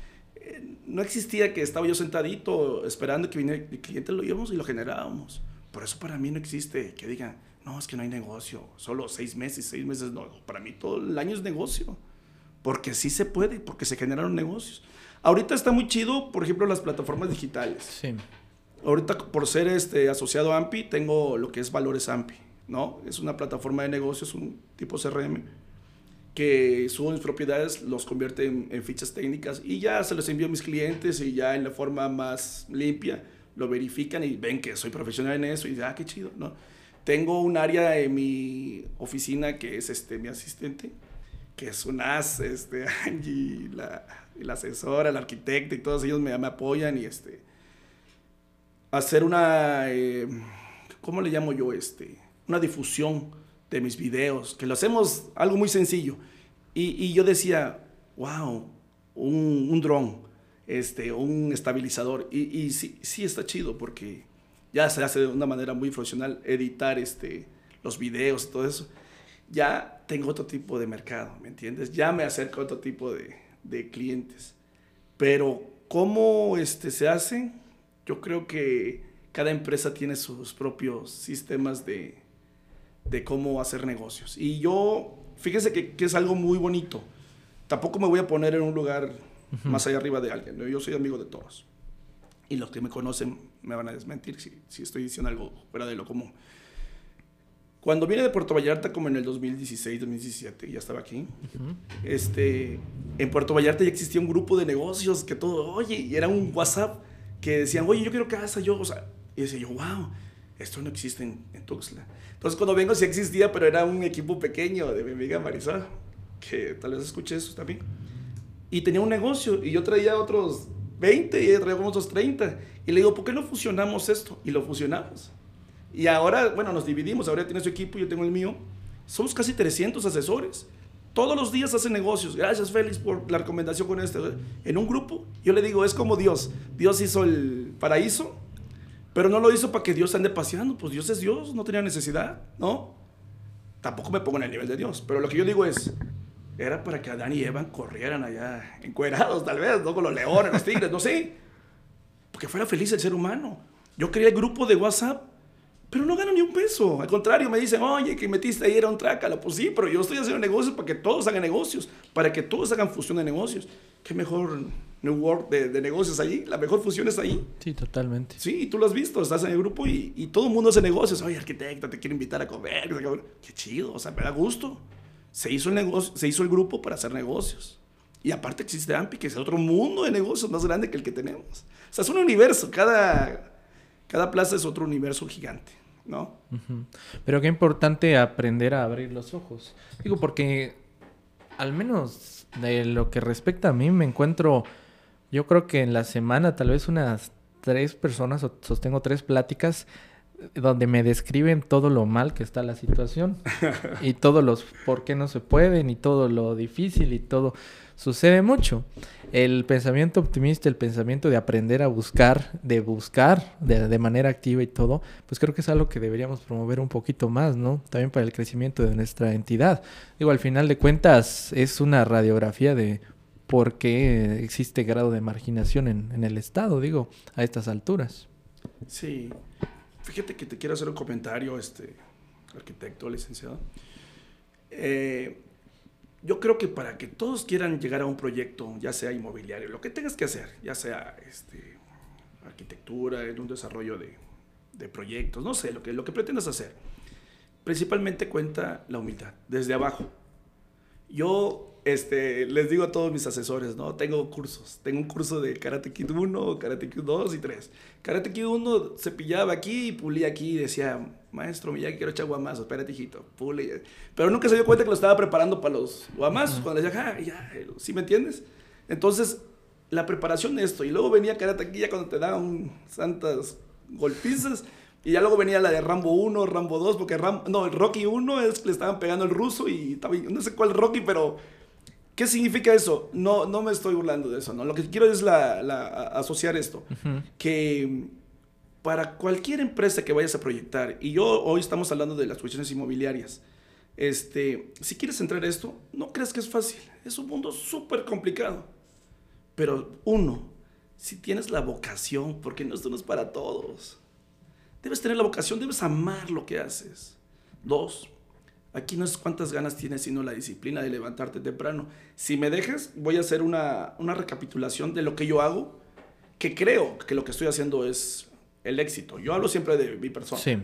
no existía que estaba yo sentadito esperando que viniera el cliente, lo íbamos y lo generábamos. Por eso para mí no existe que digan, no, es que no hay negocio, solo 6 meses no. Para mí todo el año es negocio, porque sí se puede, porque se generaron negocios. Ahorita está muy chido, por ejemplo, las plataformas digitales. Sí. Ahorita, por ser asociado a AMPI, tengo lo que es Valores AMPI, ¿no? Es una plataforma de negocios, un tipo CRM, que subo mis propiedades, los convierte en fichas técnicas y ya se los envío a mis clientes y ya en la forma más limpia lo verifican y ven que soy profesional en eso y dicen, qué chido, ¿no? Tengo un área en mi oficina que es mi asistente, que es un as, Angie, la asesora, el arquitecto y todos ellos me apoyan y hacer una, ¿cómo le llamo yo? Una difusión de mis videos, que lo hacemos algo muy sencillo. Y yo decía, wow, un dron, un estabilizador. Y sí está chido porque ya se hace de una manera muy profesional editar los videos y todo eso. Ya tengo otro tipo de mercado, ¿me entiendes? Ya me acerco a otro tipo de clientes. Pero ¿cómo se hace? Yo creo que cada empresa tiene sus propios sistemas de cómo hacer negocios. Y yo, fíjese que es algo muy bonito. Tampoco me voy a poner en un lugar más allá arriba de alguien, ¿no? Yo soy amigo de todos. Y los que me conocen me van a desmentir si estoy diciendo algo fuera de lo común. Cuando vine de Puerto Vallarta, como en el 2016, 2017, ya estaba aquí, en Puerto Vallarta ya existía un grupo de negocios que todo, oye, y era un WhatsApp que decían, oye, yo quiero casa, o sea, y decía yo, wow, esto no existe en Tuxtla. Entonces, cuando vengo sí existía, pero era un equipo pequeño de mi amiga Marisol, que tal vez escuché eso también. Y tenía un negocio, y yo traía otros 20, y ella traía otros 30. Y le digo, ¿por qué no fusionamos esto? Y lo fusionamos. Y ahora, bueno, nos dividimos, ahora tiene su equipo, yo tengo el mío. Somos casi 300 asesores. Todos los días hacen negocios. Gracias, Félix, por la recomendación con en un grupo, yo le digo, es como Dios. Dios hizo el paraíso, pero no lo hizo para que Dios ande paseando. Pues Dios es Dios, no tenía necesidad, ¿no? Tampoco me pongo en el nivel de Dios, pero lo que yo digo es, era para que Adán y Eva corrieran allá encuerados, tal vez, ¿no? Con los leones, los tigres, no sé. Porque fuera feliz el ser humano. Yo creé el grupo de WhatsApp, pero no gano ni un peso. Al contrario, me dicen, oye, que metiste ahí era un trácalo. Pues sí, pero yo estoy haciendo negocios para que todos hagan negocios, para que todos hagan fusión de negocios. ¿Qué mejor New World de negocios ahí? La mejor fusión es ahí. Sí, totalmente. Sí, tú lo has visto, estás en el grupo y todo el mundo hace negocios. Oye, arquitecto, te quiero invitar a comer. Qué chido, o sea, me da gusto. Se hizo el negocio, se hizo el grupo para hacer negocios. Y aparte existe AMPI, que es otro mundo de negocios más grande que el que tenemos. O sea, es un universo, cada plaza es otro universo gigante, ¿no? Pero qué importante aprender a abrir los ojos. Digo, porque al menos de lo que respecta a mí, me encuentro, yo creo que en la semana tal vez unas 3 personas, o sostengo 3 pláticas, donde me describen todo lo mal que está la situación y todos los por qué no se pueden y todo lo difícil y todo. Sucede mucho. El pensamiento optimista, el pensamiento de aprender a buscar, de manera activa y todo, pues creo que es algo que deberíamos promover un poquito más, ¿no? También para el crecimiento de nuestra entidad. Digo, al final de cuentas es una radiografía de por qué existe grado de marginación en el Estado, digo, a estas alturas. Sí, fíjate que te quiero hacer un comentario, arquitecto, licenciado. Yo creo que para que todos quieran llegar a un proyecto, ya sea inmobiliario, lo que tengas que hacer, ya sea arquitectura, en un desarrollo de proyectos, no sé, lo que pretendas hacer, principalmente cuenta la humildad, desde abajo. Yo les digo a todos mis asesores, ¿no? Tengo un curso de Karate Kid 1, Karate Kid 2 y 3. Karate Kid 1 cepillaba aquí y pulía aquí y decía, maestro Miyagi, quiero echar guamazos, espérate hijito, pule. Pero nunca se dio cuenta que lo estaba preparando para los guamazos, cuando le decía, ya, ¿sí me entiendes? Entonces, la preparación de esto, y luego venía Karate Kid ya cuando te daban santas golpizas, y ya luego venía la de Rambo 1, Rambo 2, porque el Rocky 1 es que le estaban pegando el ruso y no sé cuál Rocky, pero ¿qué significa eso? No me estoy burlando de eso, ¿no? Lo que quiero es asociar esto, que para cualquier empresa que vayas a proyectar, y hoy estamos hablando de las cuestiones inmobiliarias, si quieres entrar a esto, no creas que es fácil, es un mundo súper complicado, pero si tienes la vocación, porque esto no es para todos. Debes tener la vocación, debes amar lo que haces. 2, aquí no es cuántas ganas tienes, sino la disciplina de levantarte temprano. Si me dejas, voy a hacer una recapitulación de lo que yo hago, que creo que lo que estoy haciendo es el éxito. Yo hablo siempre de mi persona. Sí.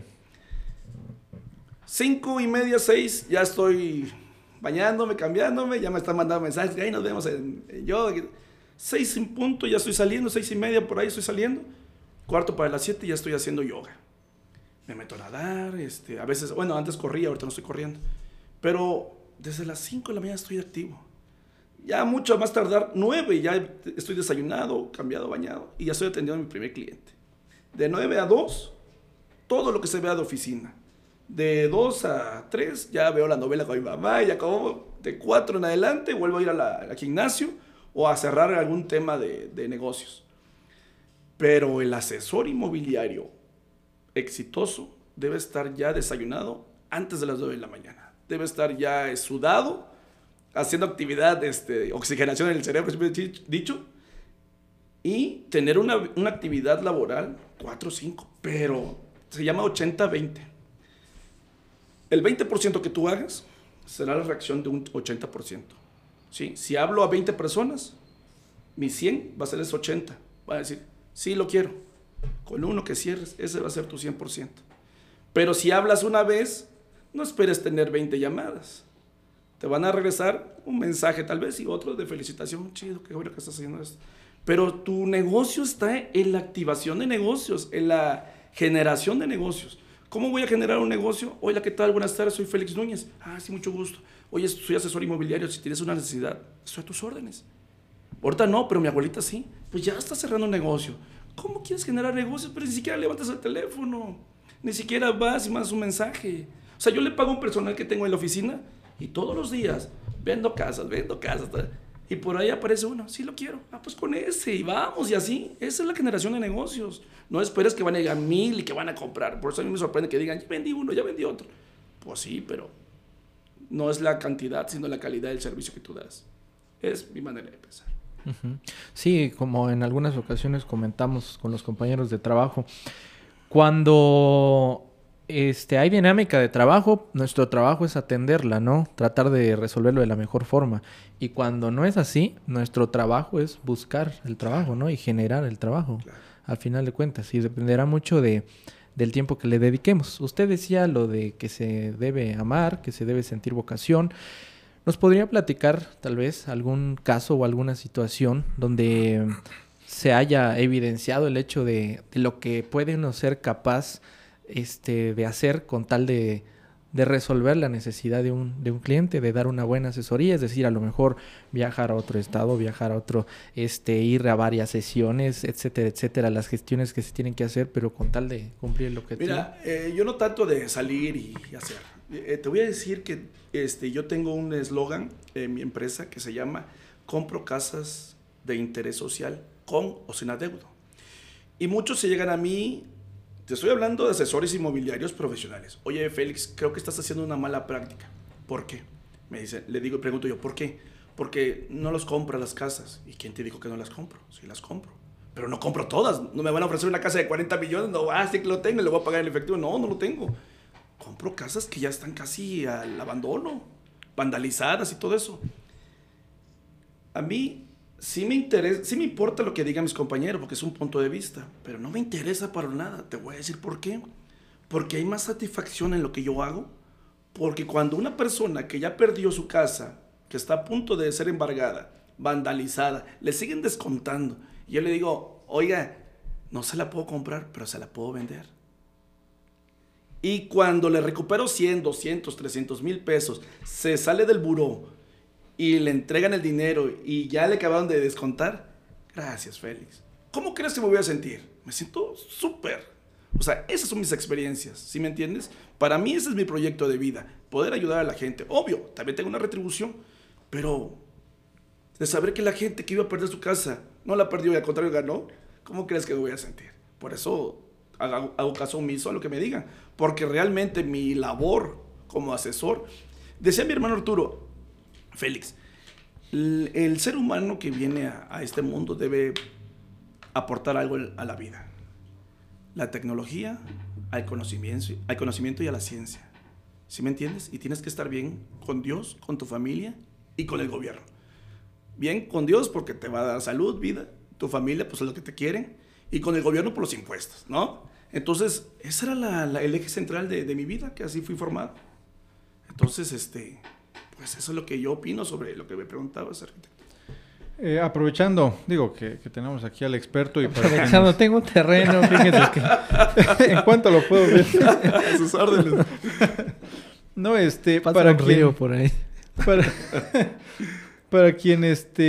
5:30, 6, ya estoy bañándome, cambiándome, ya me están mandando mensajes, ahí nos vemos en yoga. 6 en punto, ya estoy saliendo, 6:30 por ahí estoy saliendo. 6:45 ya estoy haciendo yoga. Me meto a nadar, a veces, antes corría, ahorita no estoy corriendo. Pero desde las 5 de la mañana estoy activo. Ya mucho a más tardar, 9, ya estoy desayunado, cambiado, bañado, y ya estoy atendiendo a mi primer cliente. De 9 a 2, todo lo que se vea de oficina. De 2 a 3, ya veo la novela con mi mamá, y acabo de 4 en adelante, vuelvo a ir al gimnasio o a cerrar algún tema de negocios. Pero el asesor inmobiliario exitoso debe estar ya desayunado antes de las 9 de la mañana. Debe estar ya sudado, haciendo actividad, oxigenación en el cerebro, siempre he dicho, y tener una actividad laboral 4 o 5, pero se llama 80-20. El 20% que tú hagas será la reacción de un 80%. ¿Sí? Si hablo a 20 personas, mi 100 va a ser ese 80. Va a decir, sí, lo quiero. Con uno que cierres, ese va a ser tu 100%. Pero si hablas una vez, no esperes tener 20 llamadas. Te van a regresar un mensaje tal vez y otro de felicitación. Chido, qué bueno que estás haciendo esto. Pero tu negocio está en la activación de negocios, en la generación de negocios. ¿Cómo voy a generar un negocio? Hola, ¿qué tal? Buenas tardes, soy Félix Núñez. Sí, mucho gusto. Oye, soy asesor inmobiliario. Si tienes una necesidad, estoy a tus órdenes. Ahorita no, pero mi abuelita sí. Pues ya está cerrando un negocio. ¿Cómo quieres generar negocios? Pero ni siquiera levantas el teléfono. Ni siquiera vas y mandas un mensaje. O sea, yo le pago a un personal que tengo en la oficina y todos los días vendo casas. Y por ahí aparece uno. Sí, lo quiero. Pues con ese. Y vamos, y así. Esa es la generación de negocios. No esperes que van a llegar 1000 y que van a comprar. Por eso a mí me sorprende que digan, ya vendí uno, ya vendí otro. Pues sí, pero no es la cantidad, sino la calidad del servicio que tú das. Es mi manera de pensar. Sí, como en algunas ocasiones comentamos con los compañeros de trabajo, cuando hay dinámica de trabajo, nuestro trabajo es atenderla, ¿no? Tratar de resolverlo de la mejor forma. Y cuando no es así, nuestro trabajo es buscar el trabajo, ¿no? Y generar el trabajo, al final de cuentas. Y dependerá mucho del tiempo que le dediquemos. Usted decía lo de que se debe amar, que se debe sentir vocación. ¿Nos podría platicar tal vez algún caso o alguna situación donde se haya evidenciado el hecho de lo que puede uno ser capaz de hacer con tal de resolver la necesidad de un cliente, de dar una buena asesoría? Es decir, a lo mejor viajar a otro estado, viajar a otro, ir a varias sesiones, etcétera, etcétera, las gestiones que se tienen que hacer, pero con tal de cumplir el objetivo. Mira, yo no trato de salir y hacer. Te voy a decir que yo tengo un eslogan en mi empresa que se llama compro casas de interés social con o sin adeudo. Y muchos se llegan a mí, te estoy hablando de asesores inmobiliarios profesionales. Oye, Félix, creo que estás haciendo una mala práctica. ¿Por qué? Me dicen, pregunto yo, ¿por qué? porque no los compra las casas. ¿Y quién te dijo que no las compro? Sí las compro, pero no compro todas. No me van a ofrecer una casa de 40 millones, no, sí que lo tengo, le voy a pagar en efectivo. No, no lo tengo. Compro casas que ya están casi al abandono, vandalizadas y todo eso. A mí sí me interesa, sí me importa lo que digan mis compañeros, porque es un punto de vista, pero no me interesa para nada. Te voy a decir por qué. Porque hay más satisfacción en lo que yo hago. Porque cuando una persona que ya perdió su casa, que está a punto de ser embargada, vandalizada, le siguen descontando, y yo le digo, oiga, no se la puedo comprar, pero se la puedo vender. Y cuando le recupero 100, 200, 300 mil pesos, se sale del buró y le entregan el dinero y ya le acabaron de descontar, gracias, Félix. ¿Cómo crees que me voy a sentir? Me siento súper. O sea, esas son mis experiencias, ¿sí me entiendes? Para mí ese es mi proyecto de vida, poder ayudar a la gente. Obvio, también tengo una retribución, pero de saber que la gente que iba a perder su casa no la perdió y al contrario ganó, ¿cómo crees que me voy a sentir? Por eso hago caso omiso a lo que me digan, porque realmente mi labor como asesor, decía mi hermano Arturo, Félix, el ser humano que viene a este mundo debe aportar algo a la vida. La tecnología, al conocimiento y a la ciencia. ¿Sí me entiendes? Y tienes que estar bien con Dios, con tu familia y con el gobierno. Bien con Dios porque te va a dar salud, vida, tu familia pues es lo que te quieren, y con el gobierno por los impuestos, ¿no? Entonces, ese era el eje central de mi vida, que así fui formado. Entonces, pues eso es lo que yo opino sobre lo que me preguntabas, arquitecto. Aprovechando, digo que tenemos aquí al experto y para aprovechando, tengo un terreno, fíjense que en cuanto lo puedo ver a sus órdenes. No, pasa para un río por ahí. Para quien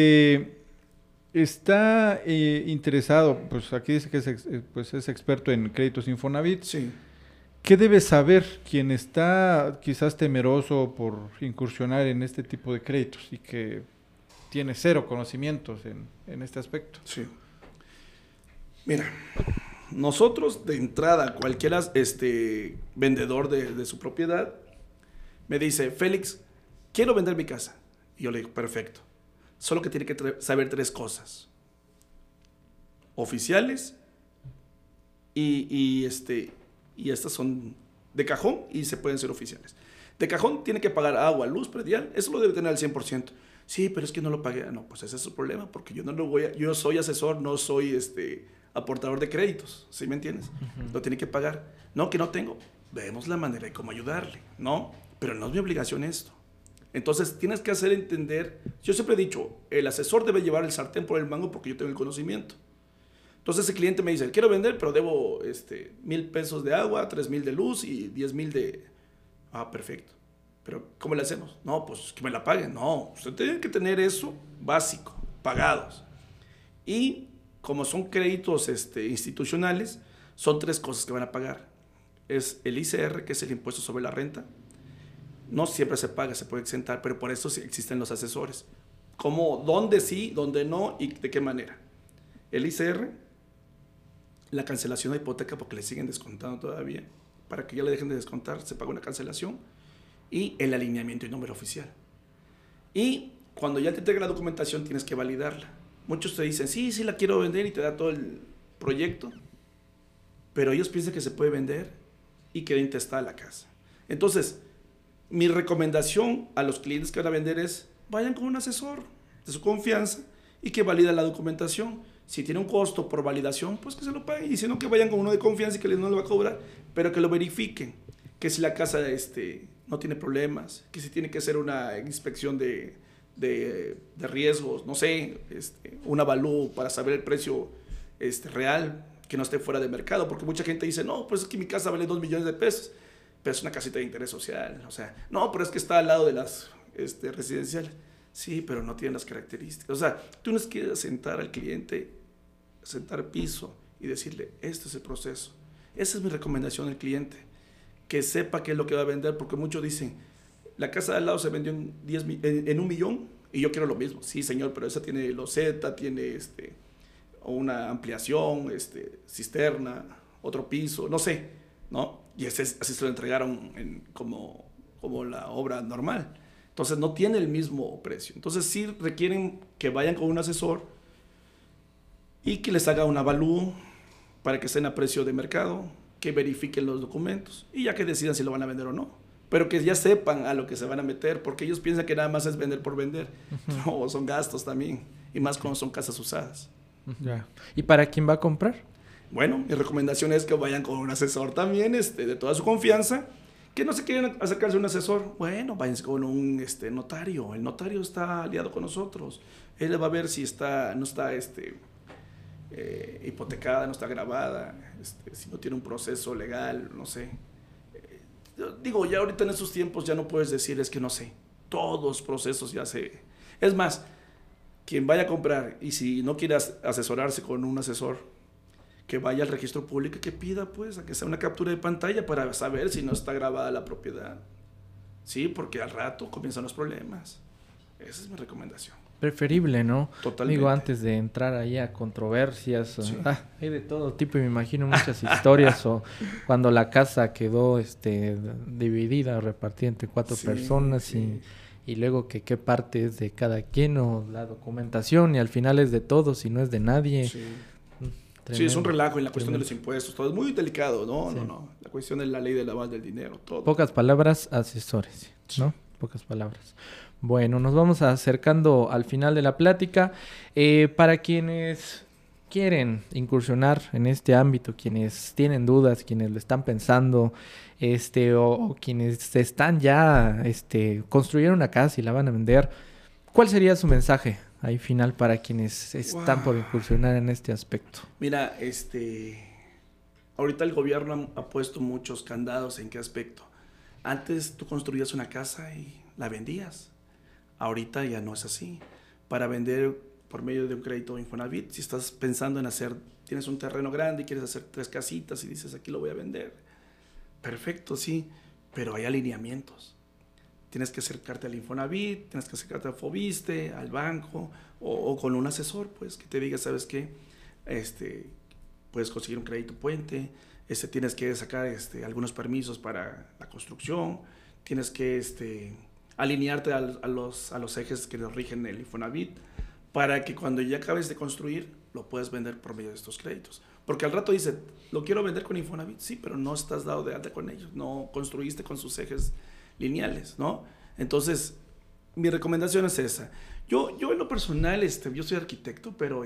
está interesado, pues aquí dice que es experto en créditos Infonavit. Sí. ¿Qué debe saber quien está quizás temeroso por incursionar en este tipo de créditos y que tiene cero conocimientos en este aspecto? Sí. Mira, nosotros de entrada, cualquiera vendedor de su propiedad me dice, Félix, quiero vender mi casa. Y yo le digo, perfecto. Solo que tiene que saber 3 cosas. Oficiales y estas son de cajón y se pueden ser oficiales. De cajón tiene que pagar agua, luz, predial, eso lo debe tener al 100%. Sí, pero es que no lo pagué. No, pues ese es su problema, porque yo no lo voy a... Yo soy asesor, no soy aportador de créditos, ¿sí me entiendes? Uh-huh. Lo tiene que pagar. No, que no tengo. Vemos la manera de cómo ayudarle, ¿no? Pero no es mi obligación esto. Entonces, tienes que hacer entender... Yo siempre he dicho, el asesor debe llevar el sartén por el mango porque yo tengo el conocimiento. Entonces, el cliente me dice, quiero vender, pero debo 1,000 pesos de agua, 3,000 de luz y 10,000 de... Ah, perfecto. Pero, ¿cómo le hacemos? No, pues que me la paguen. No, usted tiene que tener eso básico, pagados. Y como son créditos institucionales, son 3 cosas que van a pagar. Es el ICR, que es el impuesto sobre la renta. No siempre se paga, se puede exentar, pero por eso sí existen los asesores. Como dónde sí, dónde no y de qué manera. El ICR, la cancelación de hipoteca porque le siguen descontando todavía. Para que ya le dejen de descontar, se paga una cancelación. Y el alineamiento y número oficial. Y cuando ya te entrega la documentación tienes que validarla. Muchos te dicen, sí, la quiero vender y te da todo el proyecto, pero ellos piensan que se puede vender y queda intestada la casa. Entonces, mi recomendación a los clientes que van a vender es, vayan con un asesor de su confianza y que valida la documentación. Si tiene un costo por validación, pues que se lo paguen, y si no, que vayan con uno de confianza y que no le va a cobrar, pero que lo verifiquen, que si la casa no tiene problemas, que si tiene que hacer una inspección de riesgos, no sé, un avalúo para saber el precio real, que no esté fuera de mercado, porque mucha gente dice, no, pues es que mi casa vale 2 millones de pesos, pero es una casita de interés social, o sea, no, pero es que está al lado de las residenciales. Sí, pero no tienen las características. O sea, tú no quieres sentar al cliente, sentar piso y decirle, este es el proceso. Esa es mi recomendación al cliente, que sepa qué es lo que va a vender, porque muchos dicen, la casa de al lado se vendió en 1 millón y yo quiero lo mismo. Sí, señor, pero esa tiene loseta, tiene una ampliación, cisterna, otro piso, no sé, ¿no? Y así se lo entregaron como la obra normal. Entonces no tiene el mismo precio. Entonces sí requieren que vayan con un asesor y que les haga un avalúo para que estén a precio de mercado, que verifiquen los documentos y ya que decidan si lo van a vender o no. Pero que ya sepan a lo que se van a meter, porque ellos piensan que nada más es vender por vender. Uh-huh. No, son gastos también, y más cuando son casas usadas. Ya. ¿Y para quién va a comprar? Bueno, mi recomendación es que vayan con un asesor también, de toda su confianza. Que no se quieren acercarse a un asesor, bueno, váyanse con un notario. El notario está aliado con nosotros. Él va a ver si no está hipotecada, no está grabada, si no tiene un proceso legal, no sé. Digo, ya ahorita en estos tiempos ya no puedes decir, es que no sé. Todos los procesos ya se... Es más, quien vaya a comprar y si no quiere asesorarse con un asesor, que vaya al registro público y que pida, pues, a que sea una captura de pantalla para saber si no está grabada la propiedad. Sí, porque al rato comienzan los problemas. Esa es mi recomendación. Preferible, ¿no? Totalmente. Digo, antes de entrar ahí a controversias, sí. Hay de todo tipo y me imagino muchas historias o cuando la casa quedó dividida, repartida entre 4 personas sí. Y luego que qué parte es de cada quien o la documentación y al final es de todos y no es de nadie. Sí. Sí, es un relajo en la cuestión de los impuestos, todo es muy delicado, ¿no? Sí. No. La cuestión de la ley de lavado del dinero, todo. Pocas palabras, asesores, ¿no? Sí. Pocas palabras. Bueno, nos vamos acercando al final de la plática. Para quienes quieren incursionar en este ámbito, quienes tienen dudas, quienes lo están pensando, o quienes están ya, construyeron una casa y la van a vender, ¿cuál sería su mensaje ahí final para quienes están por incursionar en este aspecto? Mira, ahorita el gobierno ha puesto muchos candados. ¿En qué aspecto? Antes tú construías una casa y la vendías. Ahorita ya no es así. Para vender por medio de un crédito Infonavit, si estás pensando en tienes un terreno grande y quieres hacer 3 casitas y dices, aquí lo voy a vender. Perfecto, sí, pero hay alineamientos. Tienes que acercarte al Infonavit, tienes que acercarte al Fobiste, al banco o con un asesor, pues, que te diga, ¿sabes qué? Puedes conseguir un crédito puente, tienes que sacar algunos permisos para la construcción, tienes que alinearte a los ejes que nos rigen el Infonavit para que cuando ya acabes de construir lo puedas vender por medio de estos créditos. Porque al rato dice, lo quiero vender con Infonavit, sí, pero no estás dado de alta con ellos, no construiste con sus ejes lineales, ¿no? Entonces, mi recomendación es esa. Yo en lo personal, yo soy arquitecto, pero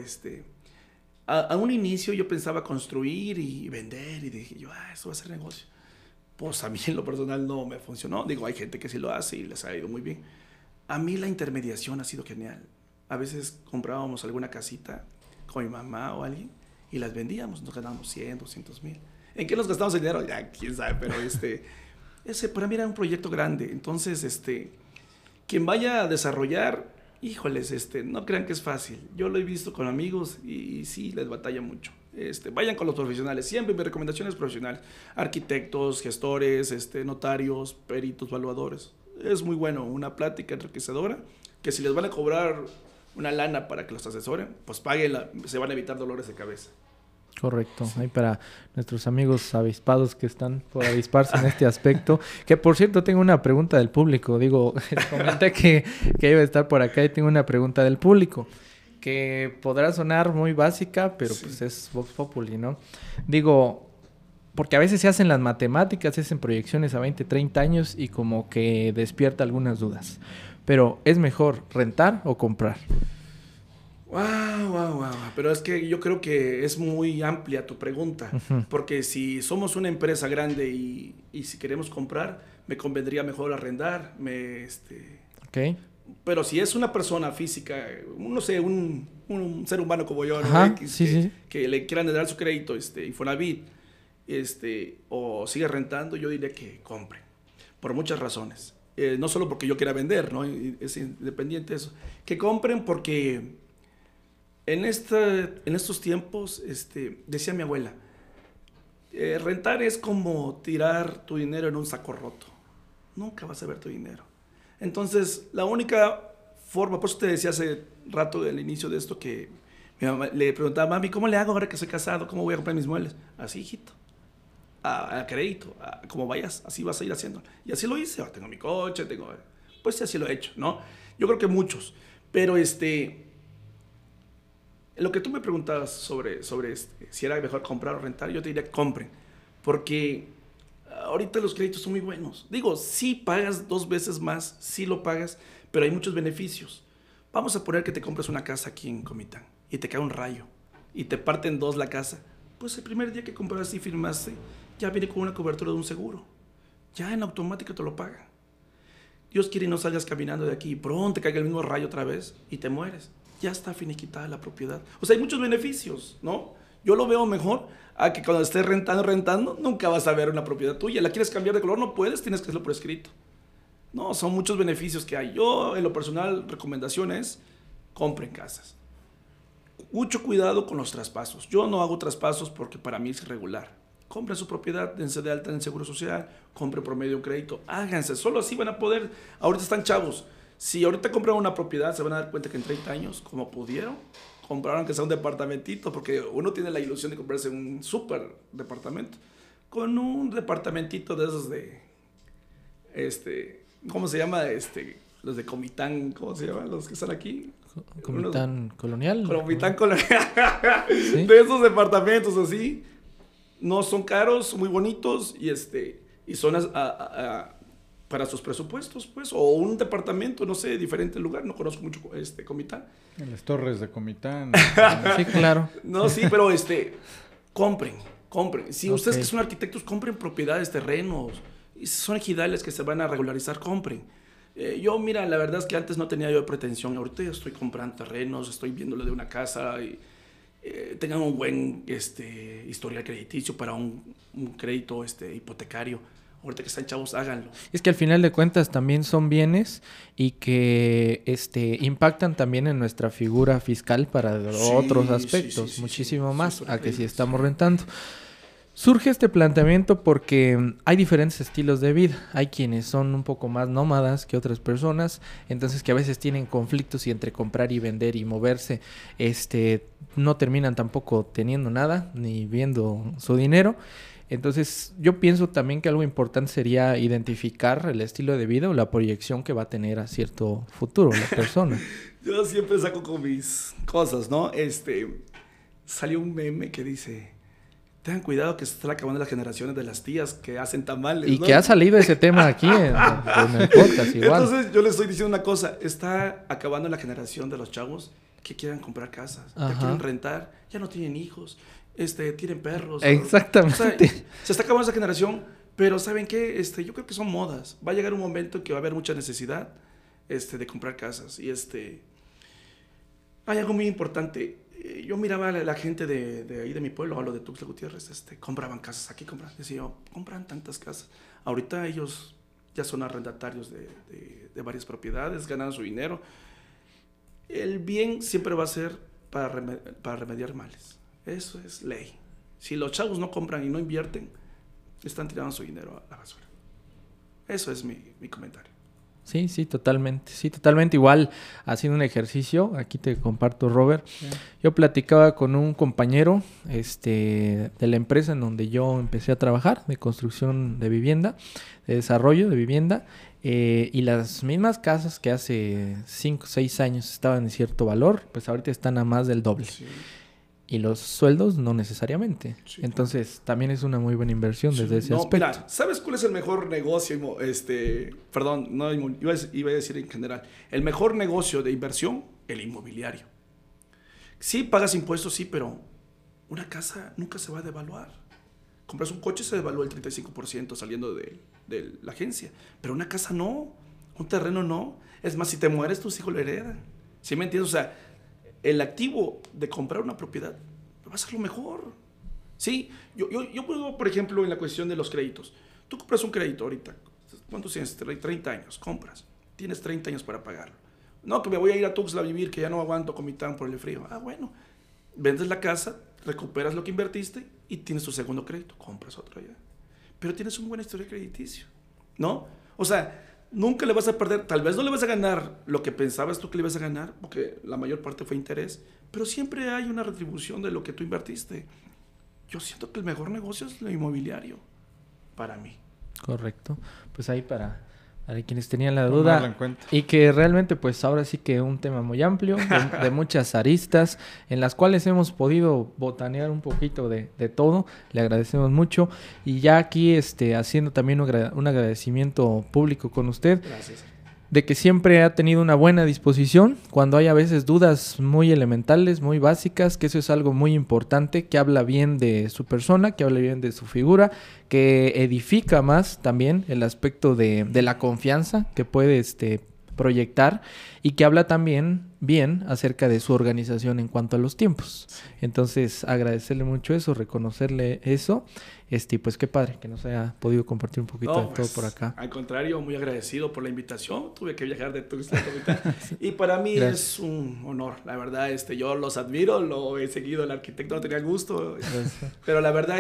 a un inicio yo pensaba construir y vender y dije yo, eso va a ser negocio. Pues a mí en lo personal no me funcionó. Digo, hay gente que sí lo hace y les ha ido muy bien. A mí la intermediación ha sido genial. A veces comprábamos alguna casita con mi mamá o alguien y las vendíamos, nos ganábamos 100, 200 mil. ¿En qué nos gastamos el dinero? Ya, quién sabe, pero ese para mí era un proyecto grande. Entonces, quien vaya a desarrollar, híjoles, no crean que es fácil. Yo lo he visto con amigos y sí, les batalla mucho. Vayan con los profesionales. Siempre mi recomendación es profesionales. Arquitectos, gestores, notarios, peritos, evaluadores. Es muy bueno, una plática enriquecedora, que si les van a cobrar una lana para que los asesoren, pues páguenla, se van a evitar dolores de cabeza. Correcto, sí. Ahí para nuestros amigos avispados que están por avisparse en este aspecto. Que por cierto, tengo una pregunta del público. Digo, comenté que iba a estar por acá y tengo una pregunta del público. Que podrá sonar muy básica, pero sí, pues es Vox Populi, ¿no? Digo, porque a veces se hacen las matemáticas, se hacen proyecciones a 20, 30 años y como que despierta algunas dudas. Pero, ¿es mejor rentar o comprar? Wow. Pero es que yo creo que es muy amplia tu pregunta. Uh-huh. Porque si somos una empresa grande y si queremos comprar, me convendría mejor arrendar. Okay. Pero si es una persona física, no sé, un ser humano como yo, ajá, ¿no? Que le quieran dar su crédito, Infonavit, o sigue rentando, yo diría que compre. Por muchas razones. No solo porque yo quiera vender, ¿no? Es independiente de eso. Que compren porque en estos tiempos, decía mi abuela, rentar es como tirar tu dinero en un saco roto. Nunca vas a ver tu dinero. Entonces, la única forma, por eso te decía hace rato del inicio de esto que mi mamá le preguntaba, mami, ¿cómo le hago ahora que soy casado? ¿Cómo voy a comprar mis muebles? Así, hijito. A crédito, como vayas, así vas a ir haciendo. Y así lo hice. Ahora tengo mi coche, Pues así lo he hecho, ¿no? Yo creo que muchos. Pero lo que tú me preguntabas sobre si era mejor comprar o rentar, yo te diría que compren. Porque ahorita los créditos son muy buenos. Digo, sí pagas 2 veces más, sí lo pagas, pero hay muchos beneficios. Vamos a poner que te compras una casa aquí en Comitán y te cae un rayo y te parte en 2 la casa. Pues el primer día que compraste y firmaste, ya viene con una cobertura de un seguro. Ya en automático te lo pagan. Dios quiere y no salgas caminando de aquí y pronto te caiga el mismo rayo otra vez y te mueres. Ya está finiquitada la propiedad. O sea, hay muchos beneficios, ¿no? Yo lo veo mejor a que cuando estés rentando, nunca vas a ver una propiedad tuya. ¿La quieres cambiar de color? No puedes, tienes que hacerlo por escrito. No, son muchos beneficios que hay. Yo, en lo personal, recomendación es, compren casas. Mucho cuidado con los traspasos. Yo no hago traspasos porque para mí es irregular. Compren su propiedad, dense de alta en el Seguro Social, compren por medio de un crédito, háganse, solo así van a poder. Ahorita están chavos. Si ahorita compran una propiedad, se van a dar cuenta que en 30 años, como pudieron, compraron que sea un departamentito, porque uno tiene la ilusión de comprarse un súper departamento. Con un departamentito de esos de, ¿cómo se llama? Los de Comitán, ¿cómo se llaman? Los que están aquí. Comitán Colonial. Comitán Colonial. ¿Sí? De esos departamentos así. No son caros, son muy bonitos y son para sus presupuestos, pues. O un departamento, no sé, diferente lugar. No conozco mucho Comitán. En las torres de Comitán. Sí, claro. No, sí, pero compren. Si ustedes que son arquitectos, compren propiedades, terrenos. Y si son ejidales que se van a regularizar, compren. Yo, mira, la verdad es que antes no tenía yo pretensión. Ahorita ya estoy comprando terrenos, estoy viéndole de una casa y tengan un buen historial crediticio para un crédito hipotecario. Ahorita que están chavos, háganlo. Es que al final de cuentas también son bienes y que impactan también en nuestra figura fiscal para otros aspectos, muchísimo más a que si estamos rentando. Surge este planteamiento porque hay diferentes estilos de vida. Hay quienes son un poco más nómadas que otras personas, entonces que a veces tienen conflictos y entre comprar y vender y moverse, no terminan tampoco teniendo nada ni viendo su dinero. Entonces yo pienso también que algo importante sería identificar el estilo de vida o la proyección que va a tener a cierto futuro la persona. Yo siempre saco con mis cosas, ¿no? Salió un meme que dice: tengan cuidado que se están acabando las generaciones de las tías que hacen tamales, y ¿no? que ha salido ese tema aquí en el podcast igual. Entonces yo les estoy diciendo una cosa: está acabando la generación de los chavos que quieran comprar casas, que quieren rentar, ya no tienen hijos, tienen perros. Exactamente. O sea, se está acabando esa generación, pero ¿saben qué? Yo creo que son modas. Va a llegar un momento en que va a haber mucha necesidad de comprar casas. Y hay algo muy importante. Yo miraba a la gente de ahí de mi pueblo, a lo de Tuxtla Gutiérrez, compraban casas aquí, decía yo, compran tantas casas. Ahorita ellos ya son arrendatarios de varias propiedades, ganan su dinero. El bien siempre va a ser para remediar males. Eso es ley. Si los chavos no compran y no invierten, están tirando su dinero a la basura. Eso es mi comentario. Sí, totalmente. Sí, totalmente. Igual, haciendo un ejercicio, aquí te comparto, Robert. Sí. Yo platicaba con un compañero de la empresa en donde yo empecé a trabajar, de construcción de vivienda, de desarrollo de vivienda, y las mismas casas que hace 5 o 6 años estaban en cierto valor, pues ahorita están a más del doble. Sí. Y los sueldos no necesariamente. Sí, entonces, también es una muy buena inversión desde ese aspecto. Mira, ¿sabes cuál es el mejor negocio? Perdón, iba a decir en general. El mejor negocio de inversión, el inmobiliario. Sí, pagas impuestos, sí, pero una casa nunca se va a devaluar. Compras un coche, se devalúa el 35% saliendo de la agencia. Pero una casa no, un terreno no. Es más, si te mueres, tus hijos lo heredan. ¿Sí me entiendes? O sea, el activo de comprar una propiedad va a ser lo mejor. Sí, yo puedo, por ejemplo, en la cuestión de los créditos. Tú compras un crédito ahorita. ¿Cuántos tienes? 30 años. Compras. Tienes 30 años para pagarlo. No, que me voy a ir a Tuxtla a vivir, que ya no aguanto Comitán por el frío. Ah, bueno. Vendes la casa, recuperas lo que invertiste y tienes tu segundo crédito. Compras otro ya. Pero tienes un buen historial crediticio, ¿no? O sea, nunca le vas a perder, tal vez no le vas a ganar lo que pensabas tú que le ibas a ganar, porque la mayor parte fue interés, pero siempre hay una retribución de lo que tú invertiste. Yo siento que el mejor negocio es lo inmobiliario, para mí. Correcto. Pues ahí para Para quienes tenían la duda, y que realmente pues ahora sí que un tema muy amplio, de muchas aristas, en las cuales hemos podido botanear un poquito de todo, le agradecemos mucho, y ya aquí haciendo también un agradecimiento público con usted. Gracias. De que siempre ha tenido una buena disposición cuando hay a veces dudas muy elementales, muy básicas, que eso es algo muy importante, que habla bien de su persona, que habla bien de su figura, que edifica más también el aspecto de la confianza que puede proyectar, y que habla también bien acerca de su organización en cuanto a los tiempos. Entonces, agradecerle mucho eso, reconocerle eso, y pues qué padre que nos haya podido compartir un poquito de todo por acá. Al contrario, muy agradecido por la invitación. Tuve que viajar de Tuxtla Gutiérrez y para mí es un honor. La verdad, yo los admiro, lo he seguido, el arquitecto no tenía gusto. Pero la verdad,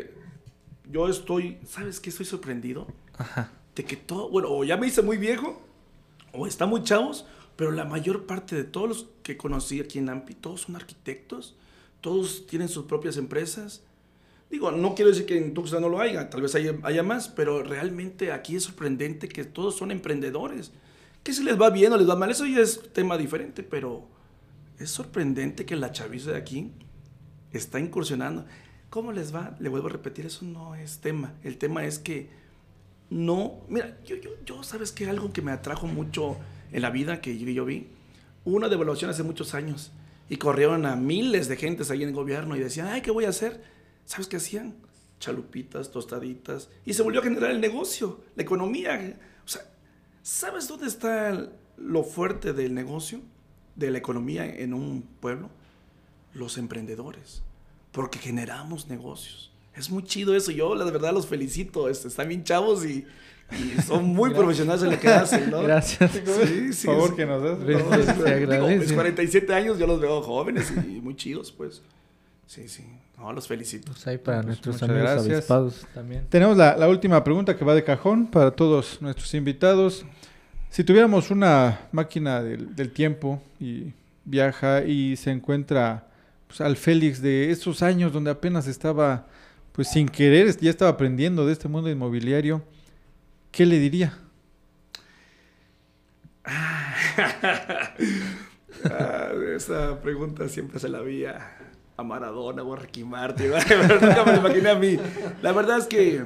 yo estoy, ¿sabes qué? Estoy sorprendido. Ajá. De que todo, bueno, o ya me hice muy viejo, o están muy chavos, pero la mayor parte de todos los que conocí aquí en AMPI, todos son arquitectos, todos tienen sus propias empresas. Digo, no quiero decir que en Tuxtla no lo haya, tal vez haya más, pero realmente aquí es sorprendente que todos son emprendedores. Que si les va bien o les va mal, eso ya es tema diferente, pero es sorprendente que la chaviza de aquí está incursionando. ¿Cómo les va? Le vuelvo a repetir, eso no es tema. El tema es que no... Mira, yo ¿sabes qué? Algo que me atrajo mucho en la vida que yo vi. Hubo una devaluación hace muchos años y corrieron a miles de gentes ahí en el gobierno y decían, ay, ¿qué voy a hacer? ¿Sabes qué hacían? Chalupitas, tostaditas, y se volvió a generar el negocio, la economía. O sea, ¿sabes dónde está lo fuerte del negocio, de la economía en un pueblo? Los emprendedores, porque generamos negocios. Es muy chido eso. Yo, la verdad, los felicito. Están bien chavos y son muy profesionales en lo que hacen, ¿no? Gracias. Sí, Por favor, que nos das. Se agradece. Digo, mis 47 años yo los veo jóvenes y muy chidos, pues. Sí. No, los felicito. Pues ahí para nuestros muchas amigos gracias. avispados también. Tenemos la última pregunta que va de cajón para todos nuestros invitados. Si tuviéramos una máquina del tiempo y viaja y se encuentra pues, al Félix de esos años donde apenas estaba, pues sin querer, ya estaba aprendiendo de este mundo inmobiliario, ¿qué le diría? Esa pregunta siempre se la vi a Maradona o a Ricky Martin. Nunca me lo imaginé a mí. La verdad es que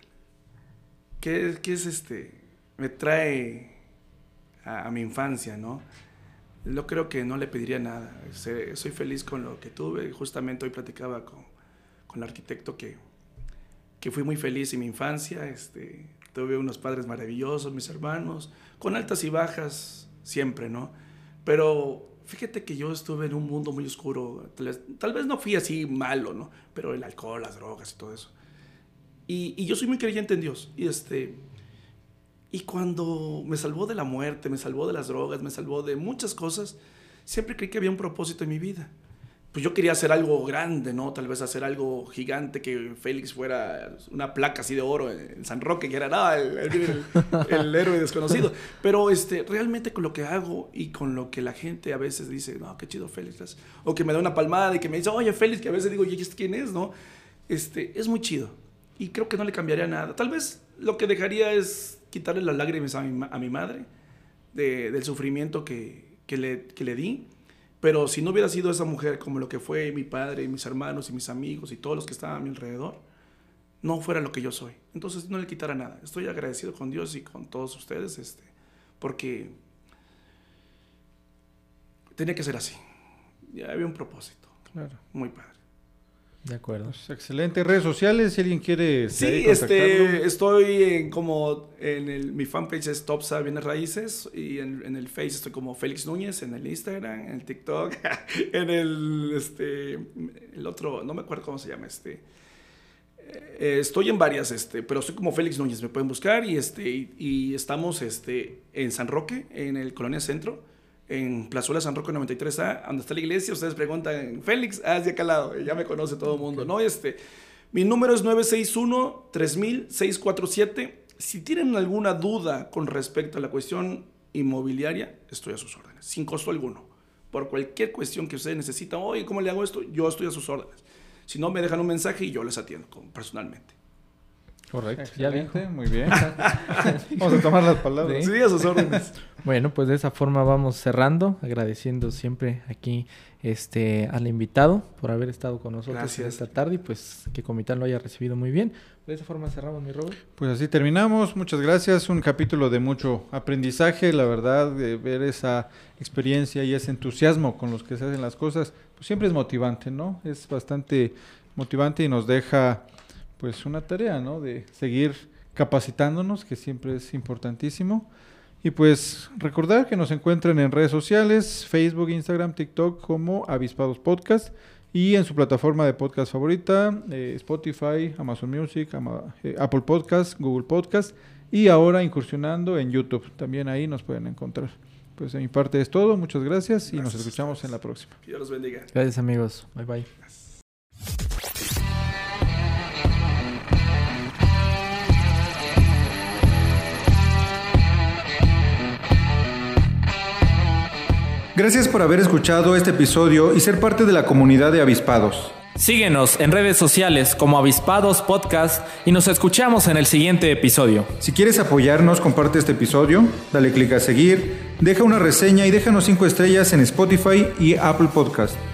es me trae a mi infancia, ¿no? Yo creo que no le pediría nada. Soy feliz con lo que tuve. Justamente hoy platicaba con el arquitecto que fui muy feliz en mi infancia. Tuve unos padres maravillosos, mis hermanos, con altas y bajas siempre, ¿no? Pero fíjate que yo estuve en un mundo muy oscuro. Tal vez no fui así malo, ¿no? Pero el alcohol, las drogas y todo eso. Y yo soy muy creyente en Dios. Y cuando me salvó de la muerte, me salvó de las drogas, me salvó de muchas cosas, siempre creí que había un propósito en mi vida. Pues yo quería hacer algo grande, ¿no? Tal vez hacer algo gigante, que Félix fuera una placa así de oro en San Roque, que era nada, el héroe desconocido. Pero realmente con lo que hago y con lo que la gente a veces dice, no, qué chido Félix, o que me da una palmada y que me dice, oye Félix, que a veces digo, ¿y quién es, no? Es muy chido. Y creo que no le cambiaría nada. Tal vez lo que dejaría es quitarle las lágrimas a mi madre del sufrimiento que le di. Pero si no hubiera sido esa mujer como lo que fue mi padre, y mis hermanos y mis amigos y todos los que estaban a mi alrededor, no fuera lo que yo soy. Entonces no le quitara nada. Estoy agradecido con Dios y con todos ustedes, porque tenía que ser así. Ya había un propósito. Claro. Muy padre. De acuerdo. Pues excelente. Redes sociales, si alguien quiere sí, estoy mi fanpage es Topsa Bienes Raíces, y en el Face estoy como Félix Núñez, en el Instagram, en el TikTok, en el otro, no me acuerdo cómo se llama estoy en varias, pero soy como Félix Núñez, me pueden buscar, y estamos en San Roque, en el Colonia Centro, en Plazuela San Roque 93A, donde está la iglesia. Ustedes preguntan, Félix, hacia acá al lado, ya me conoce todo el mundo, ¿no? Mi número es 961-3000-647. Si tienen alguna duda con respecto a la cuestión inmobiliaria, estoy a sus órdenes, sin costo alguno. Por cualquier cuestión que ustedes necesitan, oye, ¿cómo le hago esto? Yo estoy a sus órdenes. Si no, me dejan un mensaje y yo les atiendo personalmente. Correcto. Excelente, muy bien. Vamos a tomar las palabras. Sí, a sus órdenes. Bueno, pues de esa forma vamos cerrando, agradeciendo siempre aquí al invitado por haber estado con nosotros esta tarde y pues que Comitán lo haya recibido muy bien. De esa forma cerramos, mi Robert. Pues así terminamos. Muchas gracias. Un capítulo de mucho aprendizaje, la verdad, de ver esa experiencia y ese entusiasmo con los que se hacen las cosas, pues siempre es motivante, ¿no? Es bastante motivante y nos deja pues una tarea, ¿no? De seguir capacitándonos, que siempre es importantísimo. Y pues recordar que nos encuentran en redes sociales, Facebook, Instagram, TikTok como Avispados Podcast y en su plataforma de podcast favorita, Spotify, Amazon Music, Apple Podcast, Google Podcast y ahora incursionando en YouTube. También ahí nos pueden encontrar. Pues de mi parte es todo. Muchas gracias y nos escuchamos en la próxima. Que Dios los bendiga. Gracias, amigos. Bye, bye. Gracias por haber escuchado este episodio y ser parte de la comunidad de Avispados. Síguenos en redes sociales como Avispados Podcast y nos escuchamos en el siguiente episodio. Si quieres apoyarnos, comparte este episodio, dale clic a seguir, deja una reseña y déjanos 5 estrellas en Spotify y Apple Podcast.